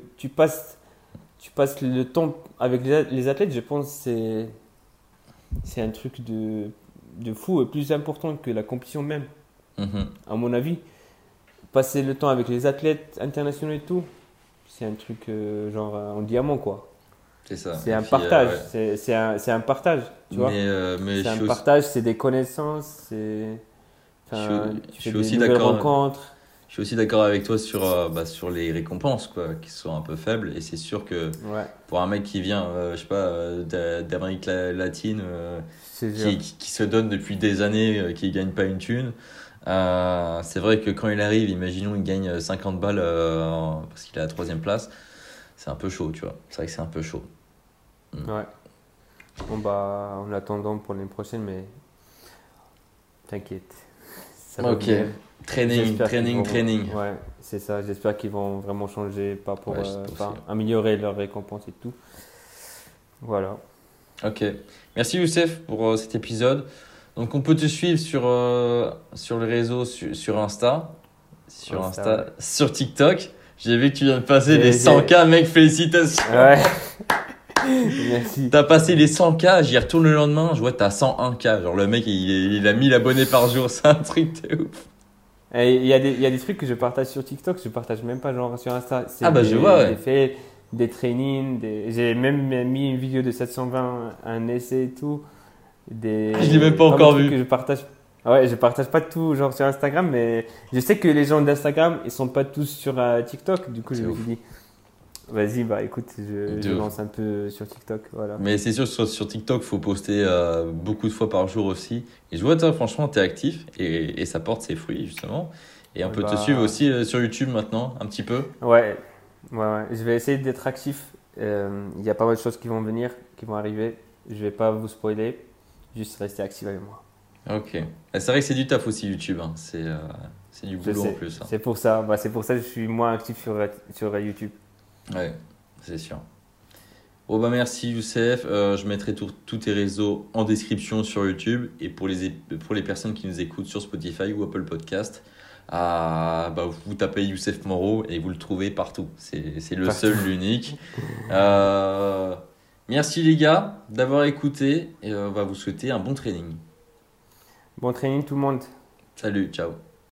tu passes le temps avec les athlètes, je pense que c'est un truc de fou et plus important que la compétition même, Mhm. à mon avis. Passer le temps avec les athlètes internationaux et tout, c'est un truc genre en diamant quoi. C'est ça. C'est Et un puis, partage, ouais. c'est un partage, tu vois. Mais C'est un partage, c'est des connaissances, enfin, tu je fais suis des aussi nouvelles d'accord. rencontres. Je suis aussi d'accord avec toi sur les récompenses, quoi, qui sont un peu faibles. Et c'est sûr que Ouais, pour un mec qui vient, je sais pas, d'Amérique latine, c'est sûr. qui se donne depuis des années, qui gagne pas une thune, c'est vrai que quand il arrive, imaginons il gagne 50 balles parce qu'il est à la troisième place, c'est un peu chaud, tu vois. C'est vrai que c'est un peu chaud. Ouais. Bon bah, en attendant pour l'année prochaine, mais t'inquiète, ça va Ok. venir. J'espère qu'ils vont- Training. Ouais, c'est ça. J'espère qu'ils vont vraiment changer, pas pour, Ouais, j'espère enfin, aussi. améliorer leurs récompenses et tout. Voilà. Ok. Merci Youssef pour cet épisode. Donc on peut te suivre sur les réseaux, sur Insta, Insta, sur TikTok. J'ai vu que tu viens de passer les J'ai- 100K, mec, félicitations. ouais. Merci. T'as passé les 100K, j'y retourne le lendemain, je vois que t'as 101K. Genre le mec, il a 1000 abonnés par jour, c'est un truc de ouf. Et il y a des trucs que je partage sur TikTok, je partage même pas genre sur Insta. C'est Ah bah je vois, ouais. des faits, des trainings, j'ai même mis une vidéo de 720, un essai et tout. Je l'ai même pas Vraiment encore trucs vu. que je partage. Ah ouais, je partage pas tout genre sur Instagram, mais je sais que les gens d'Instagram, ils sont pas tous sur TikTok. Du coup, je C'est me ouf. suis dit, vas-y, bah écoute, De je ouf. lance un peu sur TikTok. Voilà. Mais c'est sûr, sur TikTok, faut poster beaucoup de fois par jour aussi. Et je vois, toi, franchement, t'es actif et ça porte ses fruits, justement. Et on peut te Bah, suivre aussi sur YouTube maintenant, un petit peu. ouais, ouais. Je vais essayer d'être actif. Il y a pas mal de choses qui vont venir, qui vont arriver. Je vais pas vous spoiler. Juste rester actif avec moi. Ok. Et c'est vrai que c'est du taf aussi, YouTube. Hein. C'est du Je boulot en sais. plus. Hein. C'est pour ça. Bah, c'est pour ça que je suis moins actif sur YouTube. Ouais, c'est sûr. Bon, bah merci, Youssef. Je mettrai tous tes réseaux en description sur YouTube. Et pour les personnes qui nous écoutent sur Spotify ou Apple Podcast, vous tapez Youssef Moreau et vous le trouvez partout. C'est le Partout. seul, l'unique. Merci les gars d'avoir écouté et on va vous souhaiter un bon training. Bon training tout le monde. Salut, ciao.